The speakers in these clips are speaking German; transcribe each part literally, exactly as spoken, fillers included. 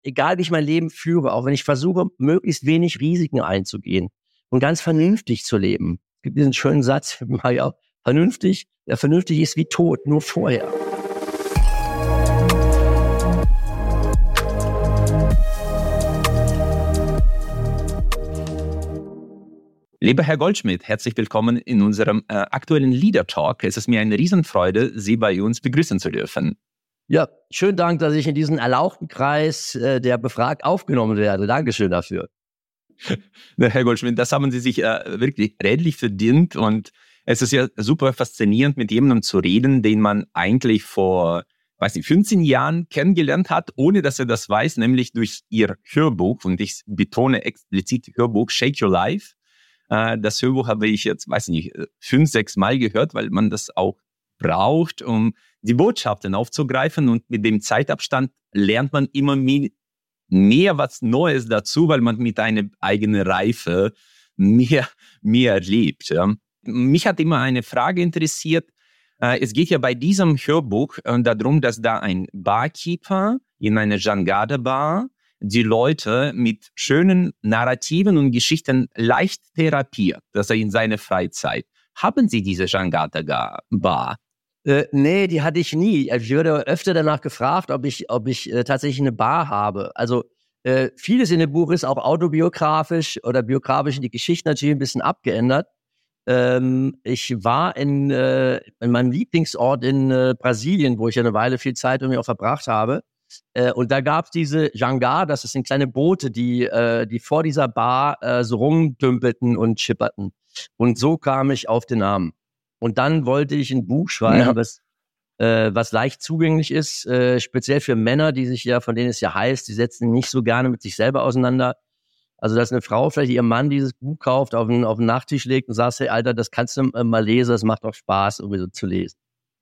egal wie ich mein Leben führe, auch wenn ich versuche, möglichst wenig Risiken einzugehen und ganz vernünftig zu leben. Es gibt diesen schönen Satz, ja, vernünftig, ja, vernünftig ist wie tot, nur vorher. Lieber Herr Goldschmidt, herzlich willkommen in unserem äh, aktuellen Leader Talk. Es ist mir eine Riesenfreude, Sie bei uns begrüßen zu dürfen. Ja, schönen Dank, dass ich in diesen erlauchten Kreis äh, der Befragt aufgenommen werde. Dankeschön dafür. Herr Goldschmidt, das haben Sie sich äh, wirklich redlich verdient und es ist ja super faszinierend, mit jemandem zu reden, den man eigentlich vor, weiß nicht, fünfzehn Jahren kennengelernt hat, ohne dass er das weiß, nämlich durch Ihr Hörbuch, und ich betone explizit Hörbuch Shake Your Life. Das Hörbuch habe ich jetzt, weiß nicht, fünf, sechs Mal gehört, weil man das auch braucht, um die Botschaften aufzugreifen. Und mit dem Zeitabstand lernt man immer mehr was Neues dazu, weil man mit einer eigenen Reife mehr, mehr erlebt. Ja. Mich hat immer eine Frage interessiert. Es geht ja bei diesem Hörbuch darum, dass da ein Barkeeper in einer Jangada-Bar die Leute mit schönen Narrativen und Geschichten leicht therapiert, dass er in seiner Freizeit. Haben Sie diese Jangada-Bar? Äh, nee, die hatte ich nie. Ich wurde öfter danach gefragt, ob ich, ob ich äh, tatsächlich eine Bar habe. Also äh, vieles in dem Buch ist auch autobiografisch oder biografisch in die Geschichte natürlich ein bisschen abgeändert. Ähm, ich war in, äh, in meinem Lieblingsort in äh, Brasilien, wo ich ja eine Weile viel Zeit irgendwie auch verbracht habe. Äh, und da gab es diese Jangada, das sind kleine Boote, die, äh, die vor dieser Bar äh, so rumdümpelten und schipperten. Und so kam ich auf den Namen. Und dann wollte ich ein Buch schreiben, ja. was, äh, was leicht zugänglich ist, äh, speziell für Männer, die sich ja, von denen es ja heißt, die setzen nicht so gerne mit sich selber auseinander. Also, dass eine Frau vielleicht ihrem Mann dieses Buch kauft, auf den, auf den Nachttisch legt und sagt, hey, Alter, das kannst du mal lesen, das macht doch Spaß, irgendwie so zu lesen.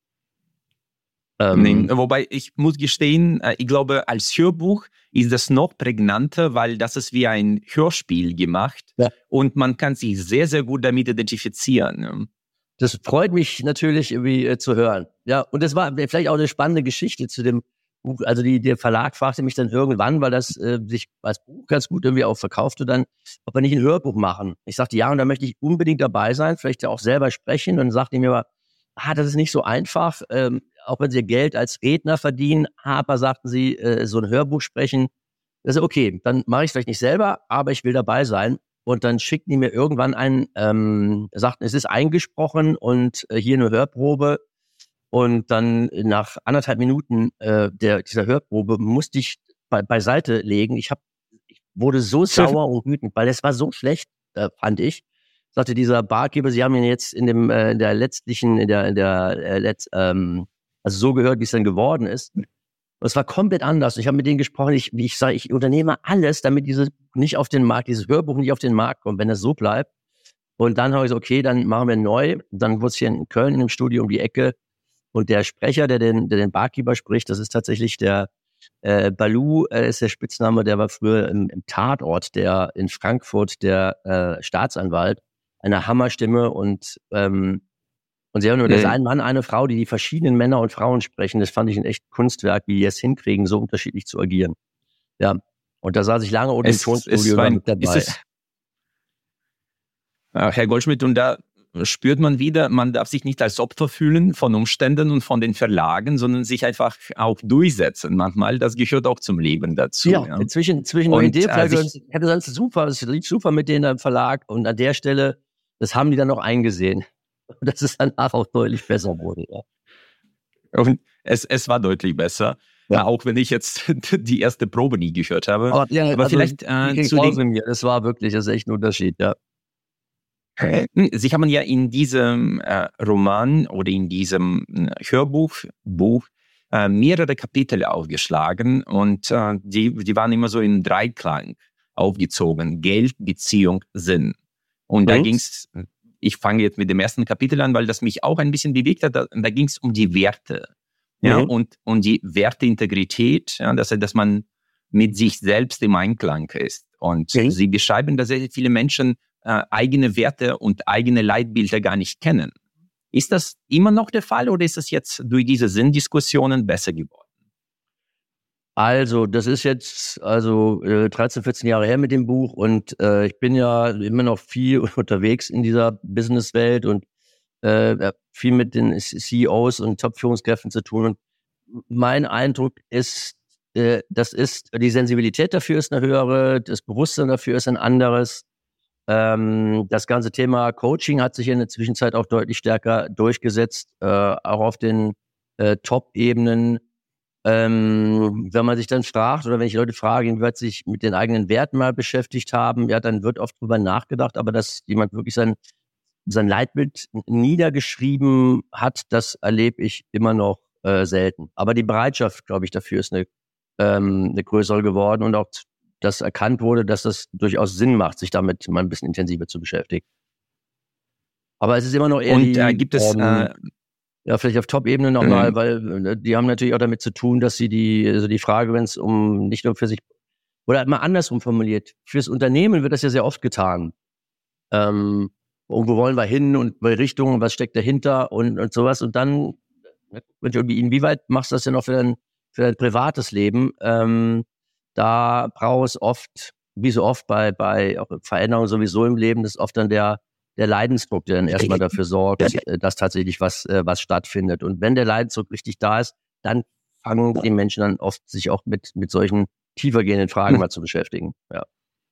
Ähm, nee, wobei ich muss gestehen, ich glaube, als Hörbuch ist das noch prägnanter, weil das ist wie ein Hörspiel gemacht ja. und man kann sich sehr, sehr gut damit identifizieren. Das freut mich natürlich irgendwie äh, zu hören. Ja, und das war vielleicht auch eine spannende Geschichte zu dem Buch. Also die, der Verlag fragte mich dann irgendwann, weil das äh, sich als Buch ganz gut irgendwie auch verkaufte, dann, ob wir nicht ein Hörbuch machen. Ich sagte, ja, und da möchte ich unbedingt dabei sein, vielleicht ja auch selber sprechen. Und dann sagte ich mir aber, ah, das ist nicht so einfach, ähm, auch wenn Sie Geld als Redner verdienen, aber sagten Sie, äh, so ein Hörbuch sprechen, das ist okay, dann mache ich es vielleicht nicht selber, aber ich will dabei sein. Und dann schickten die mir irgendwann einen, ähm, sagten, es ist eingesprochen und äh, hier eine Hörprobe. Und dann nach anderthalb Minuten äh, der dieser Hörprobe musste ich be- beiseite legen. Ich, hab, ich wurde so sauer und wütend, weil es war so schlecht, äh, fand ich. Sagte dieser Barkeeper, Sie haben ihn jetzt in dem äh, in der letztlichen, in der in der äh, letz, ähm, also so gehört, wie es dann geworden ist. Und es war komplett anders. Ich habe mit denen gesprochen, ich, wie ich sage, ich unternehme alles, damit dieses nicht auf den Markt, dieses Hörbuch nicht auf den Markt kommt, wenn es so bleibt. Und dann habe ich gesagt, okay, dann machen wir neu. Dann wurde es hier in Köln in dem Studio um die Ecke. Und der Sprecher, der den, der den Barkeeper spricht, das ist tatsächlich der äh, Balou, äh, ist der Spitzname, der war früher im, im Tatort, der in Frankfurt, der äh, Staatsanwalt, eine Hammerstimme und ähm, und sie haben nur, das ist ein Mann, eine Frau, die die verschiedenen Männer und Frauen sprechen. Das fand ich ein echt Kunstwerk, wie die es hinkriegen, so unterschiedlich zu agieren. Ja, und da saß ich lange unten im Tonstudio war mit dabei. Es, Herr Goldschmidt, und da spürt man wieder, man darf sich nicht als Opfer fühlen von Umständen und von den Verlagen, sondern sich einfach auch durchsetzen. Manchmal, das gehört auch zum Leben dazu. Ja, ja. zwischen zwischen und, Idee, äh, ich hätte sonst super, es lief super mit denen im Verlag und an der Stelle, das haben die dann noch eingesehen. Dass es danach auch deutlich besser wurde. Ja. Und es, es war deutlich besser, ja. Auch wenn ich jetzt die erste Probe nie gehört habe. Aber, ja, aber also vielleicht äh, zu den, mir. Das war wirklich, das ist echt ein Unterschied, ja. Sie haben ja in diesem äh, Roman oder in diesem äh, Hörbuch Buch, äh, mehrere Kapitel aufgeschlagen und äh, die, die waren immer so in Dreiklang aufgezogen. Geld, Beziehung, Sinn. Und, und? da ging es... Ich fange jetzt mit dem ersten Kapitel an, weil das mich auch ein bisschen bewegt hat. Da, da ging es um die Werte, ja, mhm. und, und die Werteintegrität, ja, dass, dass man mit sich selbst im Einklang ist. Und mhm. Sie beschreiben, dass sehr viele Menschen äh, eigene Werte und eigene Leitbilder gar nicht kennen. Ist das immer noch der Fall oder ist es jetzt durch diese Sinndiskussionen besser geworden? Also, das ist jetzt also äh, dreizehn, vierzehn Jahre her mit dem Buch und äh, ich bin ja immer noch viel unterwegs in dieser Businesswelt und äh, hab viel mit den C E Os und Top-Führungskräften zu tun. Und mein Eindruck ist, äh, das ist, die Sensibilität dafür ist eine höhere, das Bewusstsein dafür ist ein anderes. Ähm, das ganze Thema Coaching hat sich in der Zwischenzeit auch deutlich stärker durchgesetzt, äh, auch auf den äh, Top-Ebenen. Ähm, wenn man sich dann fragt oder wenn ich Leute frage, inwieweit sie sich mit den eigenen Werten mal beschäftigt haben, ja, dann wird oft drüber nachgedacht, aber dass jemand wirklich sein, sein Leitbild niedergeschrieben hat, das erlebe ich immer noch äh, selten. Aber die Bereitschaft, glaube ich, dafür ist eine, ähm, eine größere geworden und auch, dass erkannt wurde, dass das durchaus Sinn macht, sich damit mal ein bisschen intensiver zu beschäftigen. Aber es ist immer noch eher Und die, äh, gibt es... ähm, Äh, Ja, vielleicht auf Top-Ebene nochmal, Mhm. weil äh, die haben natürlich auch damit zu tun, dass sie die, also die Frage, wenn es um nicht nur für sich, oder mal andersrum formuliert, fürs Unternehmen wird das ja sehr oft getan. Ähm, und wo wollen wir hin und welche Richtung, was steckt dahinter und, und sowas. Und dann, inwieweit machst du das ja noch für dein, für dein privates Leben? Ähm, da braucht es oft, wie so oft bei, bei auch Veränderungen sowieso im Leben, das ist oft dann der, der Leidensdruck, der dann erstmal dafür sorgt, äh, dass tatsächlich was, äh, was stattfindet. Und wenn der Leidensdruck richtig da ist, dann fangen die Menschen dann oft sich auch mit, mit solchen tiefergehenden Fragen Hm. mal zu beschäftigen. Ja.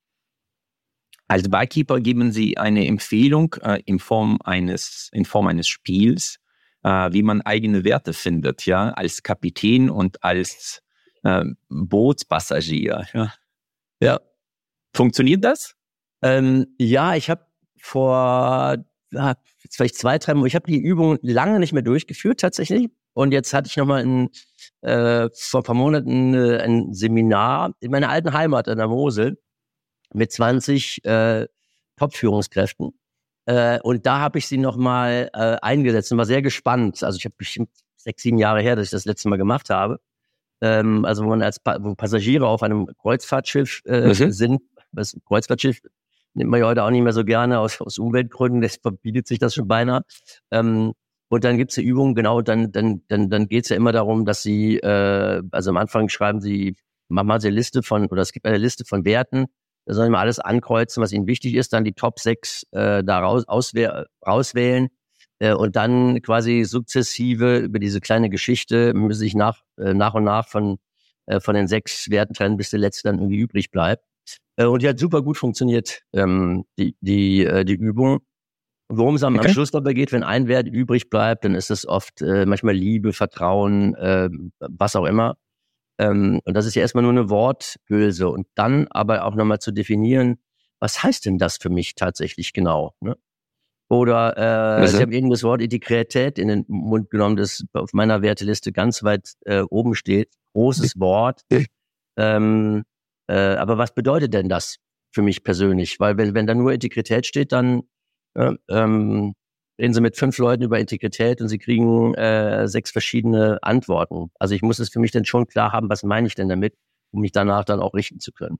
Als Barkeeper geben Sie eine Empfehlung äh, in Form eines, in Form eines Spiels, äh, wie man eigene Werte findet, ja, als Kapitän und als äh, Bootspassagier. Ja. Ja. Funktioniert das? Ähm, ja, ich habe vor ja, jetzt vielleicht zwei, drei Monate, ich habe die Übung lange nicht mehr durchgeführt tatsächlich. Und jetzt hatte ich nochmal ein, äh, vor ein paar Monaten äh, ein Seminar in meiner alten Heimat an der Mosel mit zwanzig äh, Top-Führungskräften. Äh, und da habe ich sie nochmal äh, eingesetzt und war sehr gespannt. Also ich habe bestimmt sechs, sieben Jahre her, dass ich das letzte Mal gemacht habe. Ähm, also wo man als pa- wo Passagiere auf einem Kreuzfahrtschiff äh, Mhm. sind. Das Kreuzfahrtschiff nimmt man ja heute auch nicht mehr so gerne aus, aus Umweltgründen, das verbietet sich das schon beinahe. Ähm, und dann gibt's eine Übung, genau, dann dann dann dann geht's ja immer darum, dass sie, äh, also am Anfang schreiben sie, machen mal sie eine Liste von, oder es gibt eine Liste von Werten, da sollen wir alles ankreuzen, was ihnen wichtig ist, dann die Top sechs äh, da raus, auswäh- rauswählen äh, und dann quasi sukzessive über diese kleine Geschichte müssen sich nach, äh, nach und nach von, äh, von den sechs Werten trennen, bis der letzte dann irgendwie übrig bleibt. Äh, und die hat super gut funktioniert, ähm, die, die, äh, die Übung. Und worum es am, am Okay. Schluss dabei geht, wenn ein Wert übrig bleibt, dann ist es oft äh, manchmal Liebe, Vertrauen, äh, was auch immer. Ähm, und das ist ja erstmal nur eine Worthülse. Und dann aber auch nochmal zu definieren, was heißt denn das für mich tatsächlich genau? Ne? Oder äh, Sie Mhm. haben eben das Wort Integrität in den Mund genommen, das auf meiner Werteliste ganz weit äh, oben steht. Großes Wort. Ähm, äh, aber was bedeutet denn das für mich persönlich? Weil wenn, wenn da nur Integrität steht, dann äh, ähm, reden Sie mit fünf Leuten über Integrität und Sie kriegen äh, sechs verschiedene Antworten. Also ich muss es für mich dann schon klar haben, was meine ich denn damit, um mich danach dann auch richten zu können.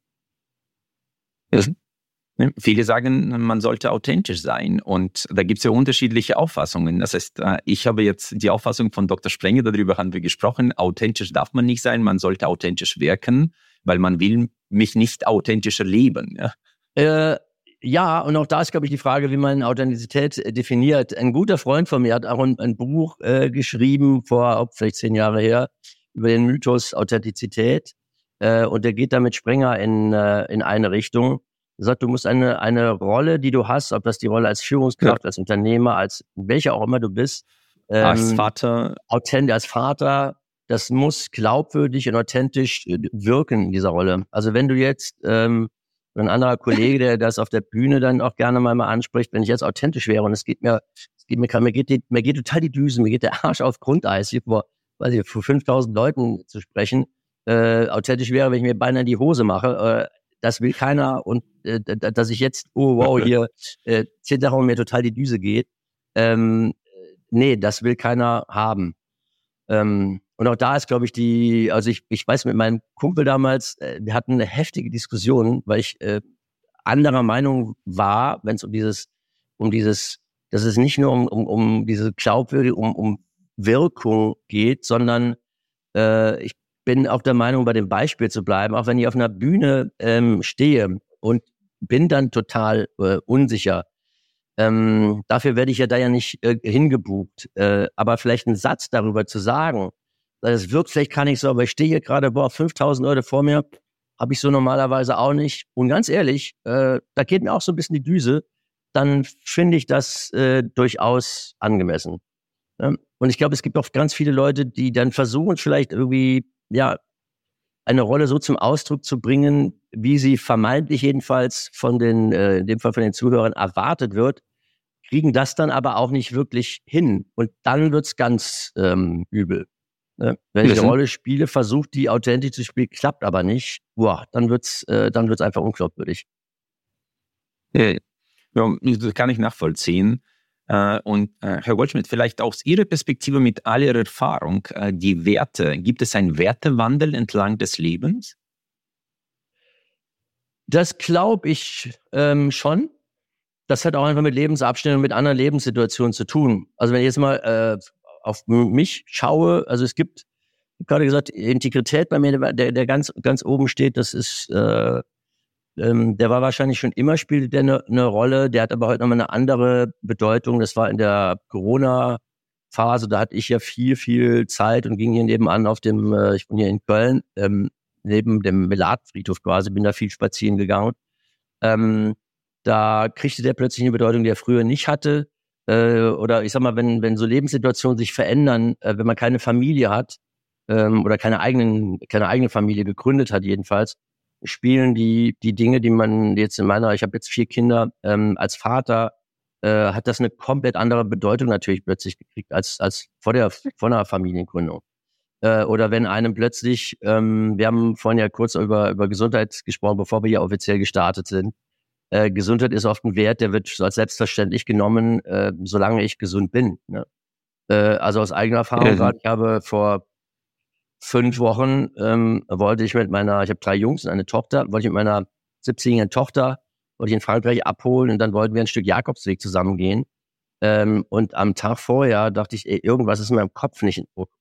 Mhm. Ja, viele sagen, man sollte authentisch sein und da gibt es ja unterschiedliche Auffassungen. Das heißt, ich habe jetzt die Auffassung von Doktor Sprenger, darüber haben wir gesprochen, authentisch darf man nicht sein, man sollte authentisch wirken, weil man will mich nicht authentisch erleben. Ja, Äh, ja, und auch da ist, glaube ich, die Frage, wie man Authentizität äh, definiert. Ein guter Freund von mir hat auch ein, ein Buch äh, geschrieben, vor oh, vielleicht zehn Jahre her, über den Mythos Authentizität. Äh, und der geht da mit Sprenger in, äh, in eine Richtung. Er sagt, du musst eine, eine Rolle, die du hast, ob das die Rolle als ja. Führungskraft, als Unternehmer, als welcher auch immer du bist, Als ähm, Vater, authentisch, als Vater, das muss glaubwürdig und authentisch äh, wirken in dieser Rolle. Also wenn du jetzt ähm, ein anderer Kollege, der das auf der Bühne dann auch gerne mal, mal anspricht, wenn ich jetzt authentisch wäre und es geht mir, es geht mir, mir geht die, mir geht total die Düse, mir geht der Arsch auf Grundeis, hier vor, weiß ich, vor fünftausend Leuten zu sprechen, äh, authentisch wäre, wenn ich mir beinahe in die Hose mache, äh, das will keiner und äh, dass ich jetzt, oh wow, hier äh, zehn Tage mir total die Düse geht, ähm, nee, das will keiner haben. Ähm, und auch da ist, glaube ich, die, also ich, ich weiß mit meinem Kumpel damals, äh, wir hatten eine heftige Diskussion, weil ich äh, anderer Meinung war, wenn es um dieses, um dieses, dass es nicht nur um, um, um diese Glaubwürdigkeit, um, um Wirkung geht, sondern äh, ich bin auch der Meinung, bei dem Beispiel zu bleiben, auch wenn ich auf einer Bühne ähm, stehe und bin dann total äh, unsicher. Ähm, dafür werde ich ja da ja nicht äh, hingebucht. Äh, aber vielleicht einen Satz darüber zu sagen, das wirkt vielleicht gar nicht so, aber ich stehe hier gerade, boah, fünftausend Leute vor mir, habe ich so normalerweise auch nicht. Und ganz ehrlich, äh, da geht mir auch so ein bisschen die Düse. Dann finde ich das äh, durchaus angemessen. Ja? Und ich glaube, es gibt auch ganz viele Leute, die dann versuchen, vielleicht irgendwie, ja, eine Rolle so zum Ausdruck zu bringen, wie sie vermeintlich jedenfalls von den, äh, in dem Fall von den Zuhörern erwartet wird, kriegen das dann aber auch nicht wirklich hin. Und dann wird's ganz ähm, übel. Ne? Wenn ich eine Rolle spiele, versucht die authentisch zu spielen, klappt aber nicht, boah, dann wird's, äh, dann wird's einfach unglaubwürdig. Ja, ja, das kann ich nachvollziehen. Äh, und äh, Herr Goldschmidt, vielleicht aus Ihrer Perspektive mit all Ihrer Erfahrung, äh, die Werte, gibt es einen Wertewandel entlang des Lebens? Das glaube ich ähm, schon. Das hat auch einfach mit Lebensabständen und mit anderen Lebenssituationen zu tun. Also wenn ich jetzt mal äh, auf mich schaue, also es gibt, ich habe gerade gesagt, Integrität bei mir, der, der ganz, ganz oben steht, das ist, äh, ähm, der war wahrscheinlich schon immer, spielte der eine ne Rolle, der hat aber heute nochmal eine andere Bedeutung. Das war in der Corona-Phase, da hatte ich ja viel, viel Zeit und ging hier nebenan auf dem, äh, ich wohne hier in Köln, ähm, neben dem Meladfriedhof quasi, bin da viel spazieren gegangen. Ähm, Da kriegte der plötzlich eine Bedeutung, die er früher nicht hatte. Äh, oder ich sag mal, wenn wenn so Lebenssituationen sich verändern, äh, wenn man keine Familie hat ähm, oder keine eigenen keine eigene Familie gegründet hat jedenfalls, spielen die die Dinge, die man jetzt in meiner, ich habe jetzt vier Kinder, ähm, als Vater äh, hat das eine komplett andere Bedeutung natürlich plötzlich gekriegt als als vor der vor einer Familiengründung. Äh, oder wenn einem plötzlich, ähm, wir haben vorhin ja kurz über über Gesundheit gesprochen, bevor wir hier offiziell gestartet sind. Äh, Gesundheit ist oft ein Wert, der wird so als selbstverständlich genommen, äh, solange ich gesund bin. Ne? Äh, also aus eigener Erfahrung Mhm. gerade, ich habe vor fünf Wochen, ähm, wollte ich mit meiner, ich habe drei Jungs und eine Tochter, wollte ich mit meiner siebzehnjährigen Tochter, wollte ich in Frankreich abholen und dann wollten wir ein Stück Jakobsweg zusammen gehen. Ähm, und am Tag vorher dachte ich, ey, irgendwas ist in meinem Kopf nicht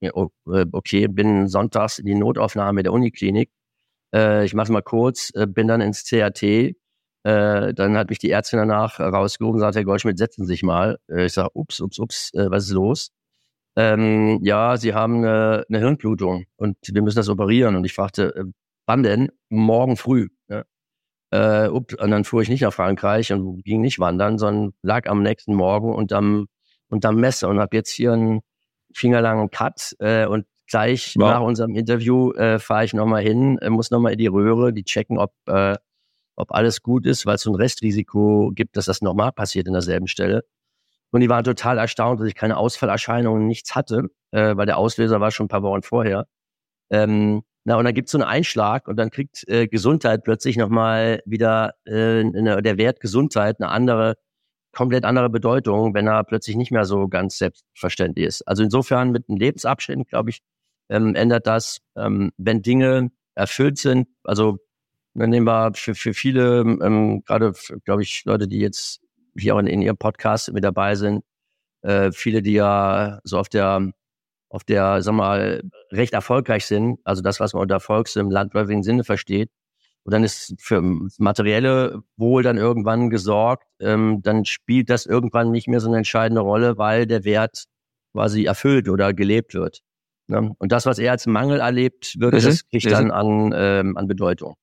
okay, bin sonntags in die Notaufnahme der Uniklinik. Äh, ich mach's mal kurz, äh, bin dann ins C A T. Äh, dann hat mich die Ärztin danach rausgehoben und sagt, Herr Goldschmidt, setzen Sie sich mal. Äh, ich sage, ups, ups, ups, äh, was ist los? Ähm, ja, Sie haben eine, eine Hirnblutung und wir müssen das operieren. Und ich fragte, äh, wann denn? Morgen früh. Ja. Äh, ups, und dann fuhr ich nicht nach Frankreich und ging nicht wandern, sondern lag am nächsten Morgen unterm, unterm Messer und habe jetzt hier einen fingerlangen Cut äh, und gleich Wow. nach unserem Interview äh, fahre ich nochmal hin, äh, muss nochmal in die Röhre, die checken, ob äh, ob alles gut ist, weil es so ein Restrisiko gibt, dass das nochmal passiert in derselben Stelle. Und die waren total erstaunt, dass ich keine Ausfallerscheinungen, nichts hatte, äh, weil der Auslöser war schon ein paar Wochen vorher. Ähm, na, und dann gibt's so einen Einschlag und dann kriegt äh, Gesundheit plötzlich nochmal wieder, äh, eine, der Wert Gesundheit eine andere, komplett andere Bedeutung, wenn er plötzlich nicht mehr so ganz selbstverständlich ist. Also insofern mit einem Lebensabschnitt, glaube ich, ähm, ändert das, ähm, wenn Dinge erfüllt sind, also dann nehmen wir für, für viele, ähm, gerade, glaube ich, Leute, die jetzt hier auch in, in ihrem Podcast mit dabei sind, äh, viele, die ja so auf der, auf der, sag mal, recht erfolgreich sind, also das, was man unter Erfolg im landläufigen Sinne versteht. Und dann ist für das materielle Wohl dann irgendwann gesorgt, ähm, dann spielt das irgendwann nicht mehr so eine entscheidende Rolle, weil der Wert quasi erfüllt oder gelebt wird. Ne? Und das, was er als Mangel erlebt wird, Mhm. das kriegt Mhm. dann an, ähm, an Bedeutung.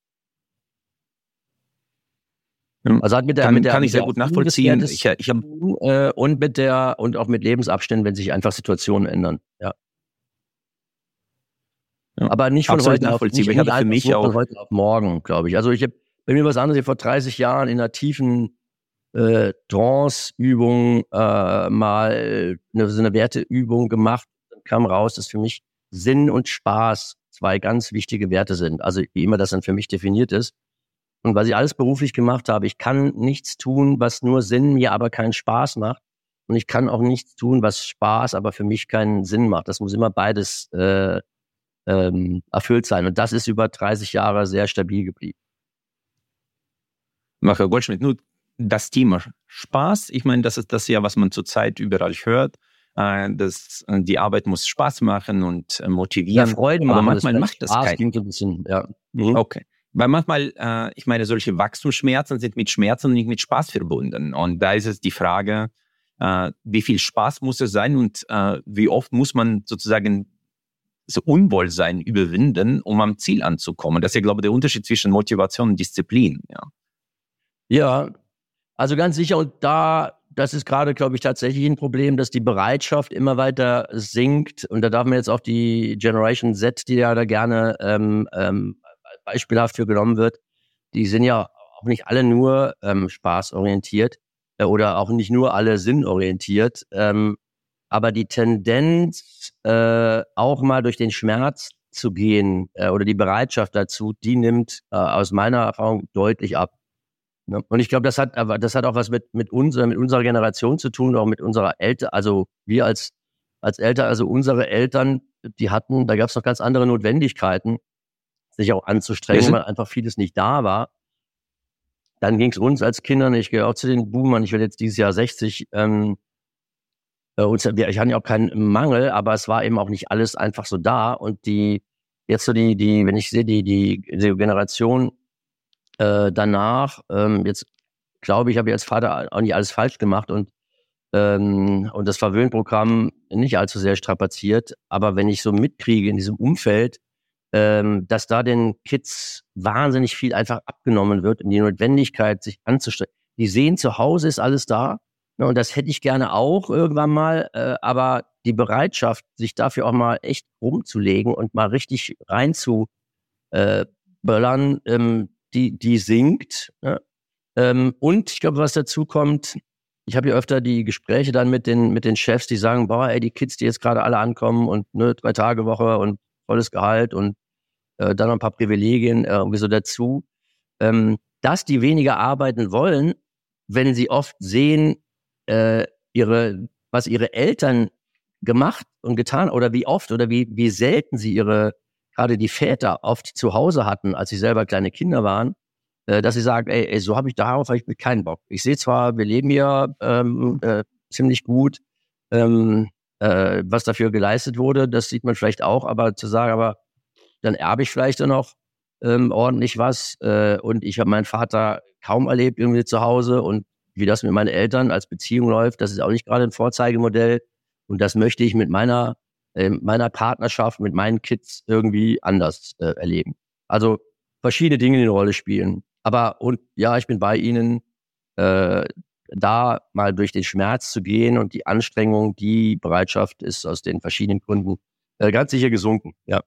Also hat mit der, kann, mit der, kann ich mit sehr der gut Erfüllung des nachvollziehen. Wertes Ich, ich hab, zu tun, äh, und mit der, und auch mit Lebensabständen, wenn sich einfach Situationen ändern. Ja. ja, Aber nicht von absolut heute auf, nicht, nachvollziehbar. Ich nicht hatte für einfach mich so von auch, heute auf morgen, glaube ich. Also ich habe bei mir was anderes, ich habe vor dreißig Jahren in einer tiefen äh, Trance-Übung äh, mal eine, so eine Werteübung gemacht. Dann kam raus, dass für mich Sinn und Spaß zwei ganz wichtige Werte sind. Also wie immer das dann für mich definiert ist. Und was ich alles beruflich gemacht habe, ich kann nichts tun, was nur Sinn, mir aber keinen Spaß macht. Und ich kann auch nichts tun, was Spaß, aber für mich keinen Sinn macht. Das muss immer beides äh, ähm, erfüllt sein. Und das ist über dreißig Jahre sehr stabil geblieben. Herr Goldschmidt, nur das Thema Spaß, ich meine, das ist das ja, was man zurzeit überall hört. äh, dass äh, die Arbeit muss Spaß machen und äh, motivieren. Ja, Freude machen. Aber manchmal das macht das Spaß keinen. klingt so ein bisschen, ja. Mhm. Okay. Weil manchmal, äh, ich meine, solche Wachstumsschmerzen sind mit Schmerzen und nicht mit Spaß verbunden. Und da ist es die Frage, äh, wie viel Spaß muss es sein und äh, wie oft muss man sozusagen so Unwohlsein überwinden, um am Ziel anzukommen. Das ist ja, glaube ich, der Unterschied zwischen Motivation und Disziplin. Ja, Ja, also ganz sicher. Und da, das ist gerade, glaube ich, tatsächlich ein Problem, dass die Bereitschaft immer weiter sinkt. Und da darf man jetzt auch die Generation Z, die ja da gerne ähm, ähm, beispielhaft für genommen wird, die sind ja auch nicht alle nur ähm, spaßorientiert äh, oder auch nicht nur alle sinnorientiert. Ähm, aber die Tendenz, äh, auch mal durch den Schmerz zu gehen äh, oder die Bereitschaft dazu, die nimmt äh, aus meiner Erfahrung deutlich ab. Ne? Und ich glaube, das hat aber das hat auch was mit mit unserer mit unserer Generation zu tun, auch mit unserer Eltern, also wir als als Eltern, also unsere Eltern, die hatten, da gab es noch ganz andere Notwendigkeiten, sich auch anzustrengen, weil einfach vieles nicht da war. Dann ging es uns als Kindern, ich gehöre auch zu den Boomern, ich werde jetzt dieses Jahr sechzig, ähm, äh, uns, wir, ich hatte ja auch keinen Mangel, aber es war eben auch nicht alles einfach so da. Und die, jetzt so die, die, wenn ich sehe, die, die, die Generation äh, danach, ähm, jetzt glaube ich, habe ich als Vater auch nicht alles falsch gemacht und ähm, und das Verwöhnprogramm nicht allzu sehr strapaziert. Aber wenn ich so mitkriege in diesem Umfeld, ähm, dass da den Kids wahnsinnig viel einfach abgenommen wird und die Notwendigkeit, sich anzustrengen. Die sehen, zu Hause ist alles da, ne, und das hätte ich gerne auch irgendwann mal, äh, aber die Bereitschaft, sich dafür auch mal echt rumzulegen und mal richtig rein zu äh, böllern, ähm, die, die sinkt. Ne? Ähm, und ich glaube, was dazu kommt, ich habe ja öfter die Gespräche dann mit den mit den Chefs, die sagen, boah, ey, die Kids, die jetzt gerade alle ankommen und ne, drei Tage Woche und volles Gehalt und äh, dann noch ein paar Privilegien äh, irgendwie so dazu, ähm, dass die weniger arbeiten wollen, wenn sie oft sehen, äh, ihre was ihre Eltern gemacht und getan oder wie oft oder wie wie selten sie ihre, gerade die Väter, oft zu Hause hatten, als sie selber kleine Kinder waren, äh, dass sie sagen, ey, ey so habe ich darauf hab ich mit keinen Bock. Ich sehe zwar, wir leben hier ähm, äh, ziemlich gut, ähm, äh, was dafür geleistet wurde, das sieht man vielleicht auch, aber zu sagen, aber dann erbe ich vielleicht auch noch ähm, ordentlich was. Äh, und ich habe meinen Vater kaum erlebt irgendwie zu Hause und wie das mit meinen Eltern als Beziehung läuft, das ist auch nicht gerade ein Vorzeigemodell. Und das möchte ich mit meiner äh, meiner Partnerschaft, mit meinen Kids irgendwie anders äh, erleben. Also verschiedene Dinge, die eine Rolle spielen. Aber und ja, ich bin bei Ihnen, äh, da mal durch den Schmerz zu gehen und die Anstrengung, die Bereitschaft ist aus den verschiedenen Gründen äh, ganz sicher gesunken. Ja.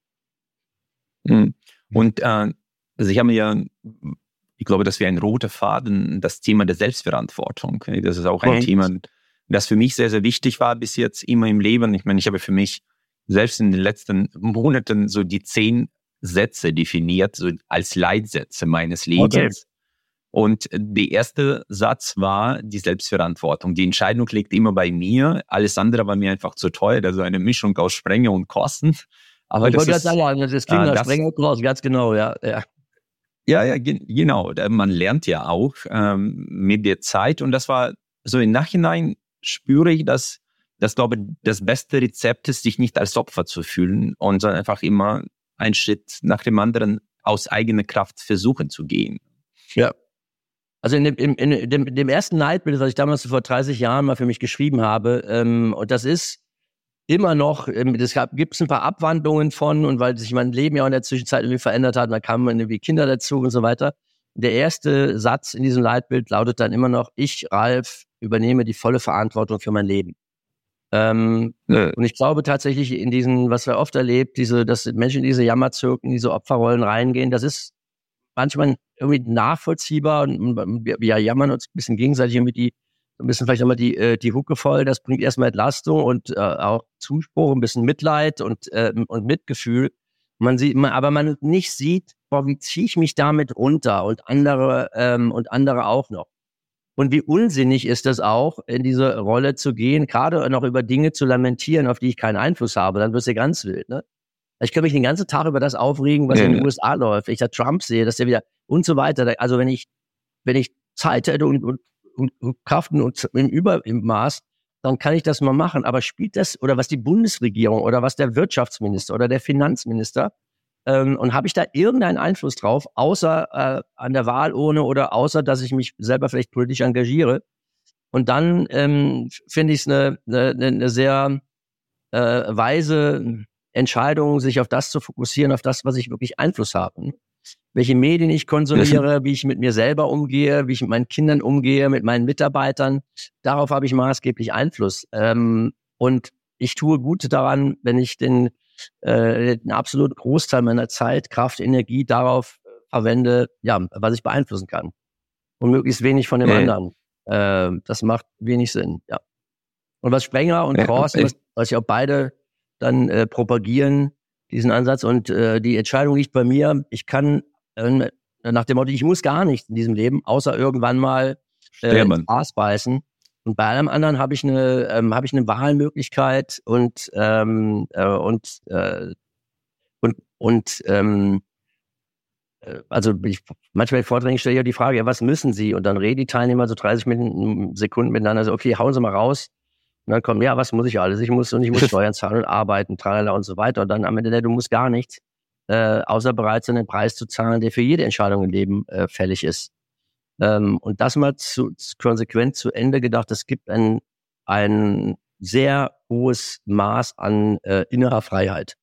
Und äh, also ich habe mir ja, ich glaube, das wäre ein roter Faden, das Thema der Selbstverantwortung. Das ist auch ein Mhm. Thema, das für mich sehr, sehr wichtig war bis jetzt immer im Leben. Ich meine, ich habe für mich selbst in den letzten Monaten so die zehn Sätze definiert, so als Leitsätze meines Lebens. Okay. Und der erste Satz war die Selbstverantwortung. Die Entscheidung liegt immer bei mir. Alles andere war mir einfach zu teuer. Also eine Mischung aus Sprenge und Kosten. Aber ich das wollte ist, gerade sagen, das klingt äh, nach das, Sprengerkurs, ganz genau, ja. Ja, ja, ja ge- genau. Man lernt ja auch ähm, mit der Zeit. Und das war so im Nachhinein spüre ich, dass das, glaube ich, das beste Rezept ist, sich nicht als Opfer zu fühlen und sondern einfach immer einen Schritt nach dem anderen aus eigener Kraft versuchen zu gehen. Ja. Also in dem, in, in dem, in dem ersten Leitbild, was ich damals vor dreißig Jahren mal für mich geschrieben habe, ähm, und das ist immer noch, das gibt es ein paar Abwandlungen von, und weil sich mein Leben ja auch in der Zwischenzeit irgendwie verändert hat, da kamen irgendwie Kinder dazu und so weiter. Der erste Satz in diesem Leitbild lautet dann immer noch: Ich, Ralf, übernehme die volle Verantwortung für mein Leben. Ähm, ja. Und ich glaube tatsächlich in diesen, was wir oft erlebt, diese, dass Menschen in diese Jammerzirken, diese Opferrollen reingehen, das ist manchmal irgendwie nachvollziehbar, und wir, wir jammern uns ein bisschen gegenseitig irgendwie die, so ein bisschen vielleicht nochmal die, äh, die Hucke voll. Das bringt erstmal Entlastung und äh, auch Zuspruch, ein bisschen Mitleid und, äh, und Mitgefühl. Man sieht, man, aber man nicht sieht, boah, wie ziehe ich mich damit runter und andere, ähm, und andere auch noch. Und wie unsinnig ist das auch, in diese Rolle zu gehen, gerade noch über Dinge zu lamentieren, auf die ich keinen Einfluss habe. Dann wirst du ganz wild, ne? Ich kann mich den ganzen Tag über das aufregen, was ja, in den ja. U S A läuft. Wenn ich da Trump sehe, dass der wieder und so weiter. Also wenn ich, wenn ich Zeit hätte und, und, und Kraft und im Übermaß, dann kann ich das mal machen. Aber spielt das, oder was die Bundesregierung oder was der Wirtschaftsminister oder der Finanzminister, ähm, und habe ich da irgendeinen Einfluss drauf, außer äh, an der Wahlurne oder außer, dass ich mich selber vielleicht politisch engagiere? Und dann ähm, finde ich es eine, eine, eine sehr äh, weise Entscheidung, sich auf das zu fokussieren, auf das, was ich wirklich Einfluss habe. Welche Medien ich konsumiere, wie ich mit mir selber umgehe, wie ich mit meinen Kindern umgehe, mit meinen Mitarbeitern, darauf habe ich maßgeblich Einfluss. Ähm, und ich tue gut daran, wenn ich den, äh, den absoluten Großteil meiner Zeit, Kraft, Energie darauf verwende, ja, was ich beeinflussen kann. Und möglichst wenig von dem äh, anderen. Äh, das macht wenig Sinn, ja. Und was Sprenger und Thorsten, was, was ich auch beide dann äh, propagieren, diesen Ansatz, und äh, die Entscheidung liegt bei mir. Ich kann äh, nach dem Motto, ich muss gar nichts in diesem Leben, außer irgendwann mal äh, ins Aas beißen. Und bei allem anderen habe ich eine ähm, habe ich eine Wahlmöglichkeit und ähm, äh, und äh, und und ähm, äh, also ich, manchmal in Vorträgen stelle ich ja die Frage, ja, was müssen Sie? Und dann reden die Teilnehmer so dreißig Sekunden miteinander, so, okay, hauen Sie mal raus. Und dann kommt, ja, was muss ich alles? Ich muss und ich muss Steuern zahlen und arbeiten, tralala und so weiter. Und dann am Ende, der, du musst gar nichts, äh, außer bereit sein, den Preis zu zahlen, der für jede Entscheidung im Leben äh, fällig ist. Ähm, und das mal zu, konsequent zu Ende gedacht, es gibt ein, ein sehr hohes Maß an äh, innerer Freiheit.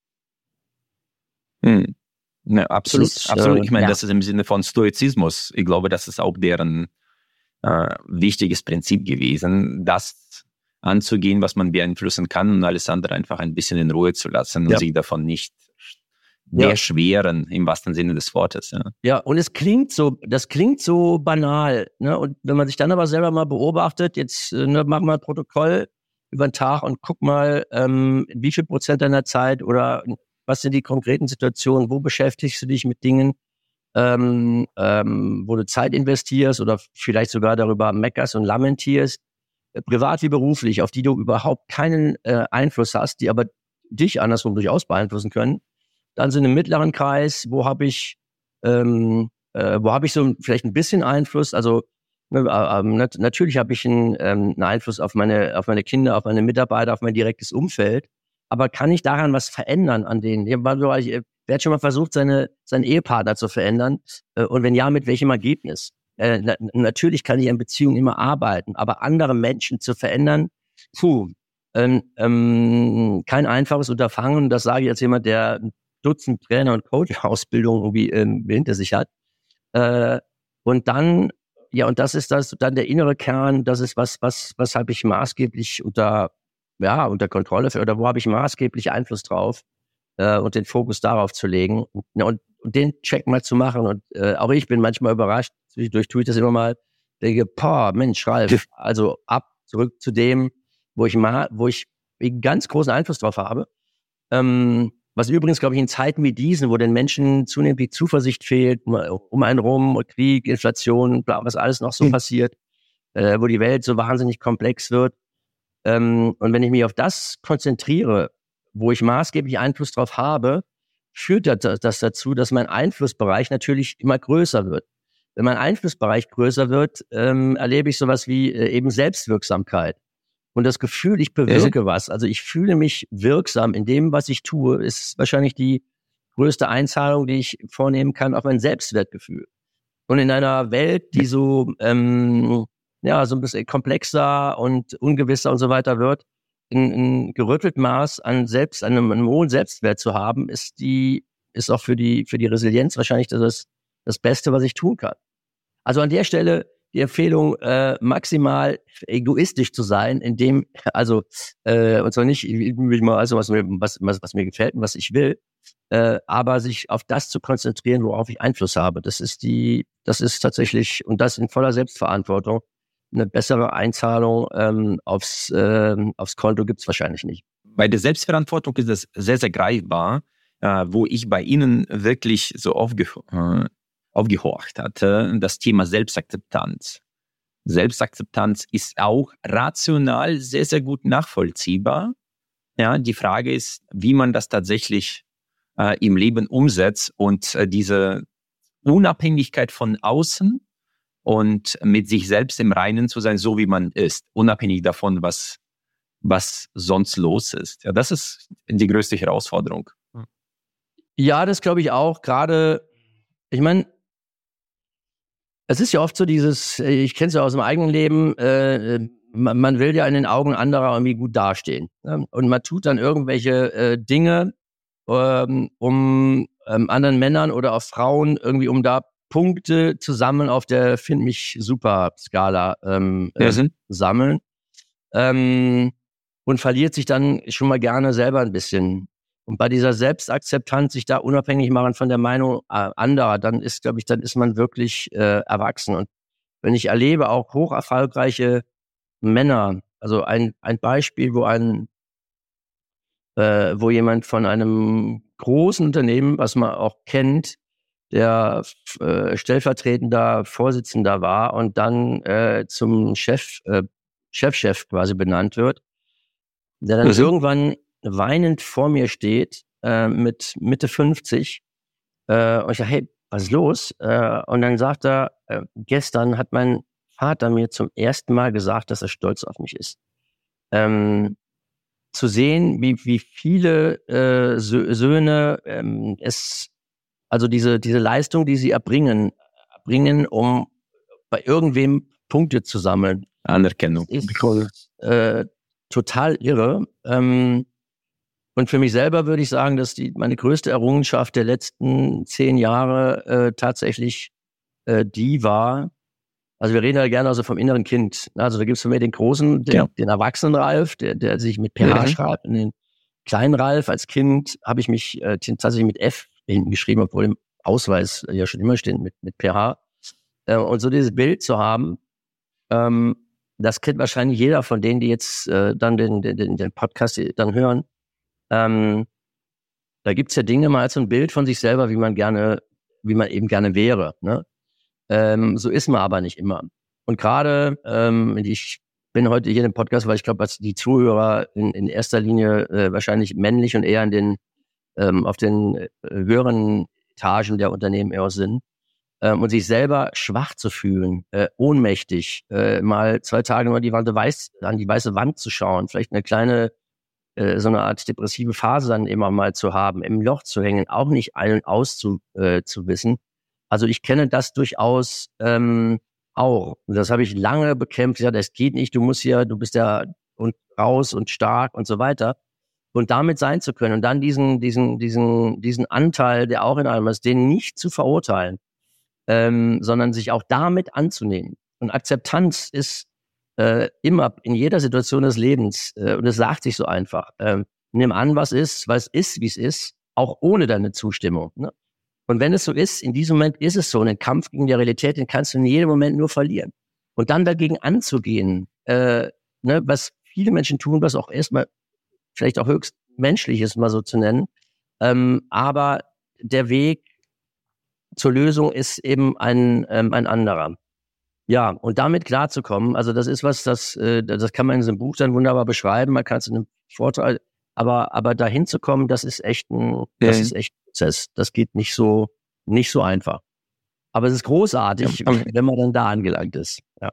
Hm. Ne, absolut, ist, absolut. Äh, ich meine, ja. das ist im Sinne von Stoizismus. Ich glaube, das ist auch deren äh, wichtiges Prinzip gewesen, das anzugehen, was man beeinflussen kann, und alles andere einfach ein bisschen in Ruhe zu lassen und Ja. sich davon nicht Ja. beschweren, im wahrsten Sinne des Wortes. Ja. Ja, und es klingt so, das klingt so banal, ne? Und wenn man sich dann aber selber mal beobachtet, jetzt ne, mach mal ein Protokoll über den Tag und guck mal, ähm, wie viel Prozent deiner Zeit oder was sind die konkreten Situationen, wo beschäftigst du dich mit Dingen, ähm, ähm, wo du Zeit investierst oder vielleicht sogar darüber meckerst und lamentierst, äh, privat wie beruflich, auf die du überhaupt keinen äh, Einfluss hast, die aber dich andersrum durchaus beeinflussen können. Dann so in einem mittleren Kreis, wo habe ich, ähm, äh, wo habe ich so vielleicht ein bisschen Einfluss? Also ne, äh, nat- natürlich habe ich einen, ähm, einen Einfluss auf meine, auf meine Kinder, auf meine Mitarbeiter, auf mein direktes Umfeld. Aber kann ich daran was verändern an denen? Ja, ich, wer hat schon mal versucht, seine, seinen Ehepartner zu verändern? Äh, und wenn ja, mit welchem Ergebnis? Äh, na, natürlich kann ich in Beziehungen immer arbeiten, aber andere Menschen zu verändern, puh, ähm, ähm, kein einfaches Unterfangen. Das sage ich als jemand, der Dutzend Trainer- und Coach-Ausbildungen irgendwie ähm, hinter sich hat. Äh, und dann, ja, und das ist das, dann der innere Kern, das ist was, was, was habe ich maßgeblich unter, ja, unter Kontrolle für, oder wo habe ich maßgeblich Einfluss drauf, äh, und den Fokus darauf zu legen und, und, und den Check mal zu machen. Und äh, auch ich bin manchmal überrascht, zwischendurch tue ich das immer mal, denke, boah, Mensch, Ralf, also ab, zurück zu dem, wo ich mal, wo ich einen ganz großen Einfluss drauf habe. Ähm, was übrigens, glaube ich, in Zeiten wie diesen, wo den Menschen zunehmend die Zuversicht fehlt, um einen rum, Krieg, Inflation, bla, was alles noch so mhm. passiert, äh, wo die Welt so wahnsinnig komplex wird. Ähm, und wenn ich mich auf das konzentriere, wo ich maßgeblich Einfluss drauf habe, führt das, das dazu, dass mein Einflussbereich natürlich immer größer wird. Wenn mein Einflussbereich größer wird, ähm, erlebe ich sowas wie äh, eben Selbstwirksamkeit. Und das Gefühl, ich bewirke mhm. was, also ich fühle mich wirksam in dem, was ich tue, ist wahrscheinlich die größte Einzahlung, die ich vornehmen kann auf mein Selbstwertgefühl. Und in einer Welt, die so ähm, ja so ein bisschen komplexer und ungewisser und so weiter wird, ein, ein gerüttelt Maß an selbst, an einem, einem hohen Selbstwert zu haben, ist die ist auch für die für die Resilienz wahrscheinlich das das Beste, was ich tun kann. Also an der Stelle die Empfehlung, äh, maximal egoistisch zu sein, indem, also, äh, und zwar nicht, also was mir, was, was, was mir gefällt und was ich will, äh, aber sich auf das zu konzentrieren, worauf ich Einfluss habe. Das ist die, das ist tatsächlich, und das in voller Selbstverantwortung, eine bessere Einzahlung ähm, aufs, äh, aufs Konto gibt's wahrscheinlich nicht. Bei der Selbstverantwortung ist es sehr, sehr greifbar, äh, wo ich bei Ihnen wirklich so aufgehört äh, aufgehorcht hatte, das Thema Selbstakzeptanz. Selbstakzeptanz ist auch rational sehr, sehr gut nachvollziehbar. Ja, die Frage ist, wie man das tatsächlich äh, im Leben umsetzt und äh, diese Unabhängigkeit von außen und mit sich selbst im Reinen zu sein, so wie man ist, unabhängig davon, was was sonst los ist. Ja, das ist die größte Herausforderung. Ja, das glaube ich auch. Gerade, ich meine, es ist ja oft so dieses, ich kenne es ja aus dem eigenen Leben, äh, man, man will ja in den Augen anderer irgendwie gut dastehen. Ne? Und man tut dann irgendwelche äh, Dinge, ähm, um ähm, anderen Männern oder auch Frauen irgendwie, um da Punkte zu sammeln auf der Find mich super Skala ähm, äh, Mhm. sammeln. Ähm, und verliert sich dann schon mal gerne selber ein bisschen. Und bei dieser Selbstakzeptanz, sich da unabhängig machen von der Meinung äh, anderer, dann ist, glaube ich, dann ist man wirklich äh, erwachsen. Und wenn ich erlebe auch hoch erfolgreiche Männer, also ein ein Beispiel, wo ein äh, wo jemand von einem großen Unternehmen, was man auch kennt, der äh, stellvertretender Vorsitzender war und dann äh, zum Chef, äh, Chefchef quasi benannt wird, der dann Mhm. irgendwann weinend vor mir steht, äh, mit Mitte fünfzig, äh, und ich sage, hey, was ist los? Äh, und dann sagt er, äh, gestern hat mein Vater mir zum ersten Mal gesagt, dass er stolz auf mich ist. Ähm, zu sehen, wie, wie viele äh, Sö- Söhne ähm, es, also diese, diese Leistung, die sie erbringen, erbringen, um bei irgendwem Punkte zu sammeln, Anerkennung. ist äh, total irre. Ähm, und für mich selber würde ich sagen, dass die meine größte Errungenschaft der letzten zehn Jahre äh, tatsächlich äh, die war. Also wir reden ja gerne also vom inneren Kind. Also da gibt es für mich den großen, Ja. den, den Erwachsenen Ralf, der, der sich mit P H Mhm. schreibt. Und den kleinen Ralf als Kind habe ich mich äh, tatsächlich mit F hinten geschrieben, obwohl im Ausweis ja schon immer steht mit, mit P H. Äh, und so dieses Bild zu haben, ähm, das kennt wahrscheinlich jeder von denen, die jetzt äh, dann den, den, den Podcast dann hören. Ähm, da gibt's ja Dinge mal als so ein Bild von sich selber, wie man gerne, wie man eben gerne wäre. Ne? Ähm, so ist man aber nicht immer. Und gerade, ähm, ich bin heute hier im Podcast, weil ich glaube, dass die Zuhörer in, in erster Linie äh, wahrscheinlich männlich und eher in den, ähm, auf den äh, höheren Etagen der Unternehmen eher sind. Ähm, und sich selber schwach zu fühlen, äh, ohnmächtig, äh, mal zwei Tage nur die Wand weiß, an die weiße Wand zu schauen, vielleicht eine kleine, äh, so eine Art depressive Phase dann immer mal zu haben, im Loch zu hängen, auch nicht ein- und aus zu, äh, zu wissen. Also ich kenne das durchaus ähm, auch. Und das habe ich lange bekämpft. Ja, das geht nicht. Du musst hier, du bist ja und raus und stark und so weiter. Und damit sein zu können und dann diesen, diesen, diesen, diesen Anteil, der auch in einem ist, den nicht zu verurteilen, ähm, sondern sich auch damit anzunehmen. Und Akzeptanz ist äh, immer in jeder Situation des Lebens, äh, und es sagt sich so einfach, ähm, nimm an, was ist, was ist, wie es ist, auch ohne deine Zustimmung. Ne? Und wenn es so ist, in diesem Moment ist es so, ein Kampf gegen die Realität, den kannst du in jedem Moment nur verlieren. Und dann dagegen anzugehen, äh, ne, was viele Menschen tun, was auch erstmal vielleicht auch höchst menschlich ist, mal so zu nennen, ähm, aber der Weg zur Lösung ist eben ein, ähm, ein anderer. Ja, und damit klarzukommen, also das ist was, das, äh, das kann man in so einem Buch dann wunderbar beschreiben, man kann es in einem Vortrag, aber, aber dahin zu kommen, das ist echt ein, das ist Mhm. echt ein Prozess. Das geht nicht so, nicht so einfach. Aber es ist großartig, Ja. wenn man dann da angelangt ist. Ja.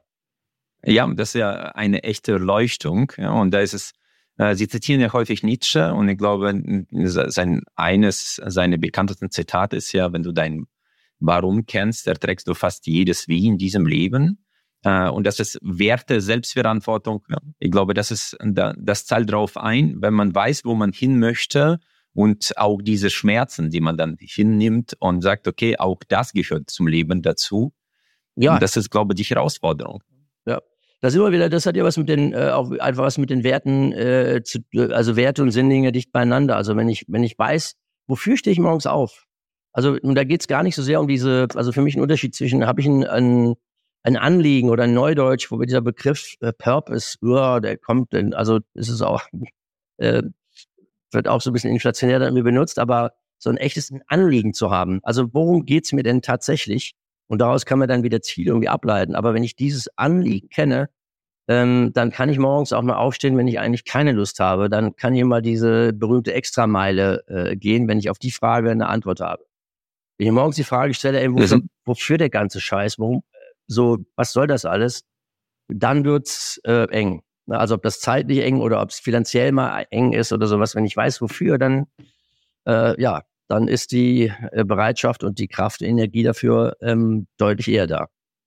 Ja, das ist ja eine echte Erleuchtung. Ja, und da ist es, äh, Sie zitieren ja häufig Nietzsche und ich glaube, sein, eines seiner bekanntesten Zitate ist ja, wenn du dein Warum kennst, erträgst du fast jedes Wie in diesem Leben. Äh, und das ist Werte, Selbstverantwortung. Ja. Ich glaube, das ist, das zahlt darauf ein, wenn man weiß, wo man hin möchte und auch diese Schmerzen, die man dann hinnimmt und sagt, okay, auch das gehört zum Leben dazu. Ja, Und das ist, glaube ich, die Herausforderung. ja. Das immer wieder, das hat ja was mit den, äh, auch einfach was mit den Werten, äh, zu, also Werte und Sinnlinge dicht beieinander. Also wenn ich, wenn ich weiß, wofür stehe ich morgens auf? Also, und da geht's gar nicht so sehr um diese, also für mich ein Unterschied zwischen, habe ich ein, ein, ein Anliegen oder ein Neudeutsch, wo dieser Begriff äh, Purpose, ja, der kommt, denn, also ist es auch, äh, wird auch so ein bisschen inflationär dann irgendwie benutzt, aber so ein echtes Anliegen zu haben. Also worum geht's mir denn tatsächlich? Und daraus kann man dann wieder Ziele irgendwie ableiten. Aber wenn ich dieses Anliegen kenne, ähm, dann kann ich morgens auch mal aufstehen, wenn ich eigentlich keine Lust habe. Dann kann ich mal diese berühmte Extrameile äh, gehen, wenn ich auf die Frage eine Antwort habe. Wenn ich morgens die Frage stelle, ey, wofür, Mhm. wofür der ganze Scheiß? Warum? So, was soll das alles? Dann wird's äh, eng. Also ob das zeitlich eng oder ob es finanziell mal eng ist oder sowas. Wenn ich weiß, wofür, dann äh, ja, dann ist die äh, Bereitschaft und die Kraft, die Energie dafür ähm, deutlich eher da.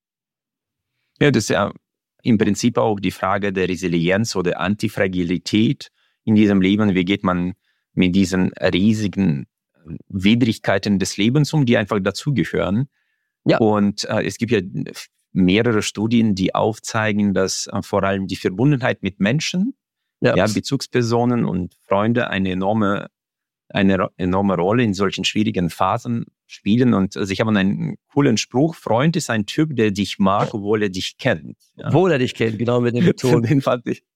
Ja, das ist ja im Prinzip auch die Frage der Resilienz oder Antifragilität in diesem Leben. Wie geht man mit diesen riesigen Widrigkeiten des Lebens um, die einfach dazugehören? Ja. Und äh, es gibt ja mehrere Studien, die aufzeigen, dass äh, vor allem die Verbundenheit mit Menschen, ja. Ja, Bezugspersonen und Freunde eine enorme, eine enorme Rolle in solchen schwierigen Phasen spielen. Und also ich habe einen coolen Spruch: Freund ist ein Typ, der dich mag, obwohl er dich kennt. Ja. Obwohl er dich kennt, genau, mit dem Ton. Den fand ich.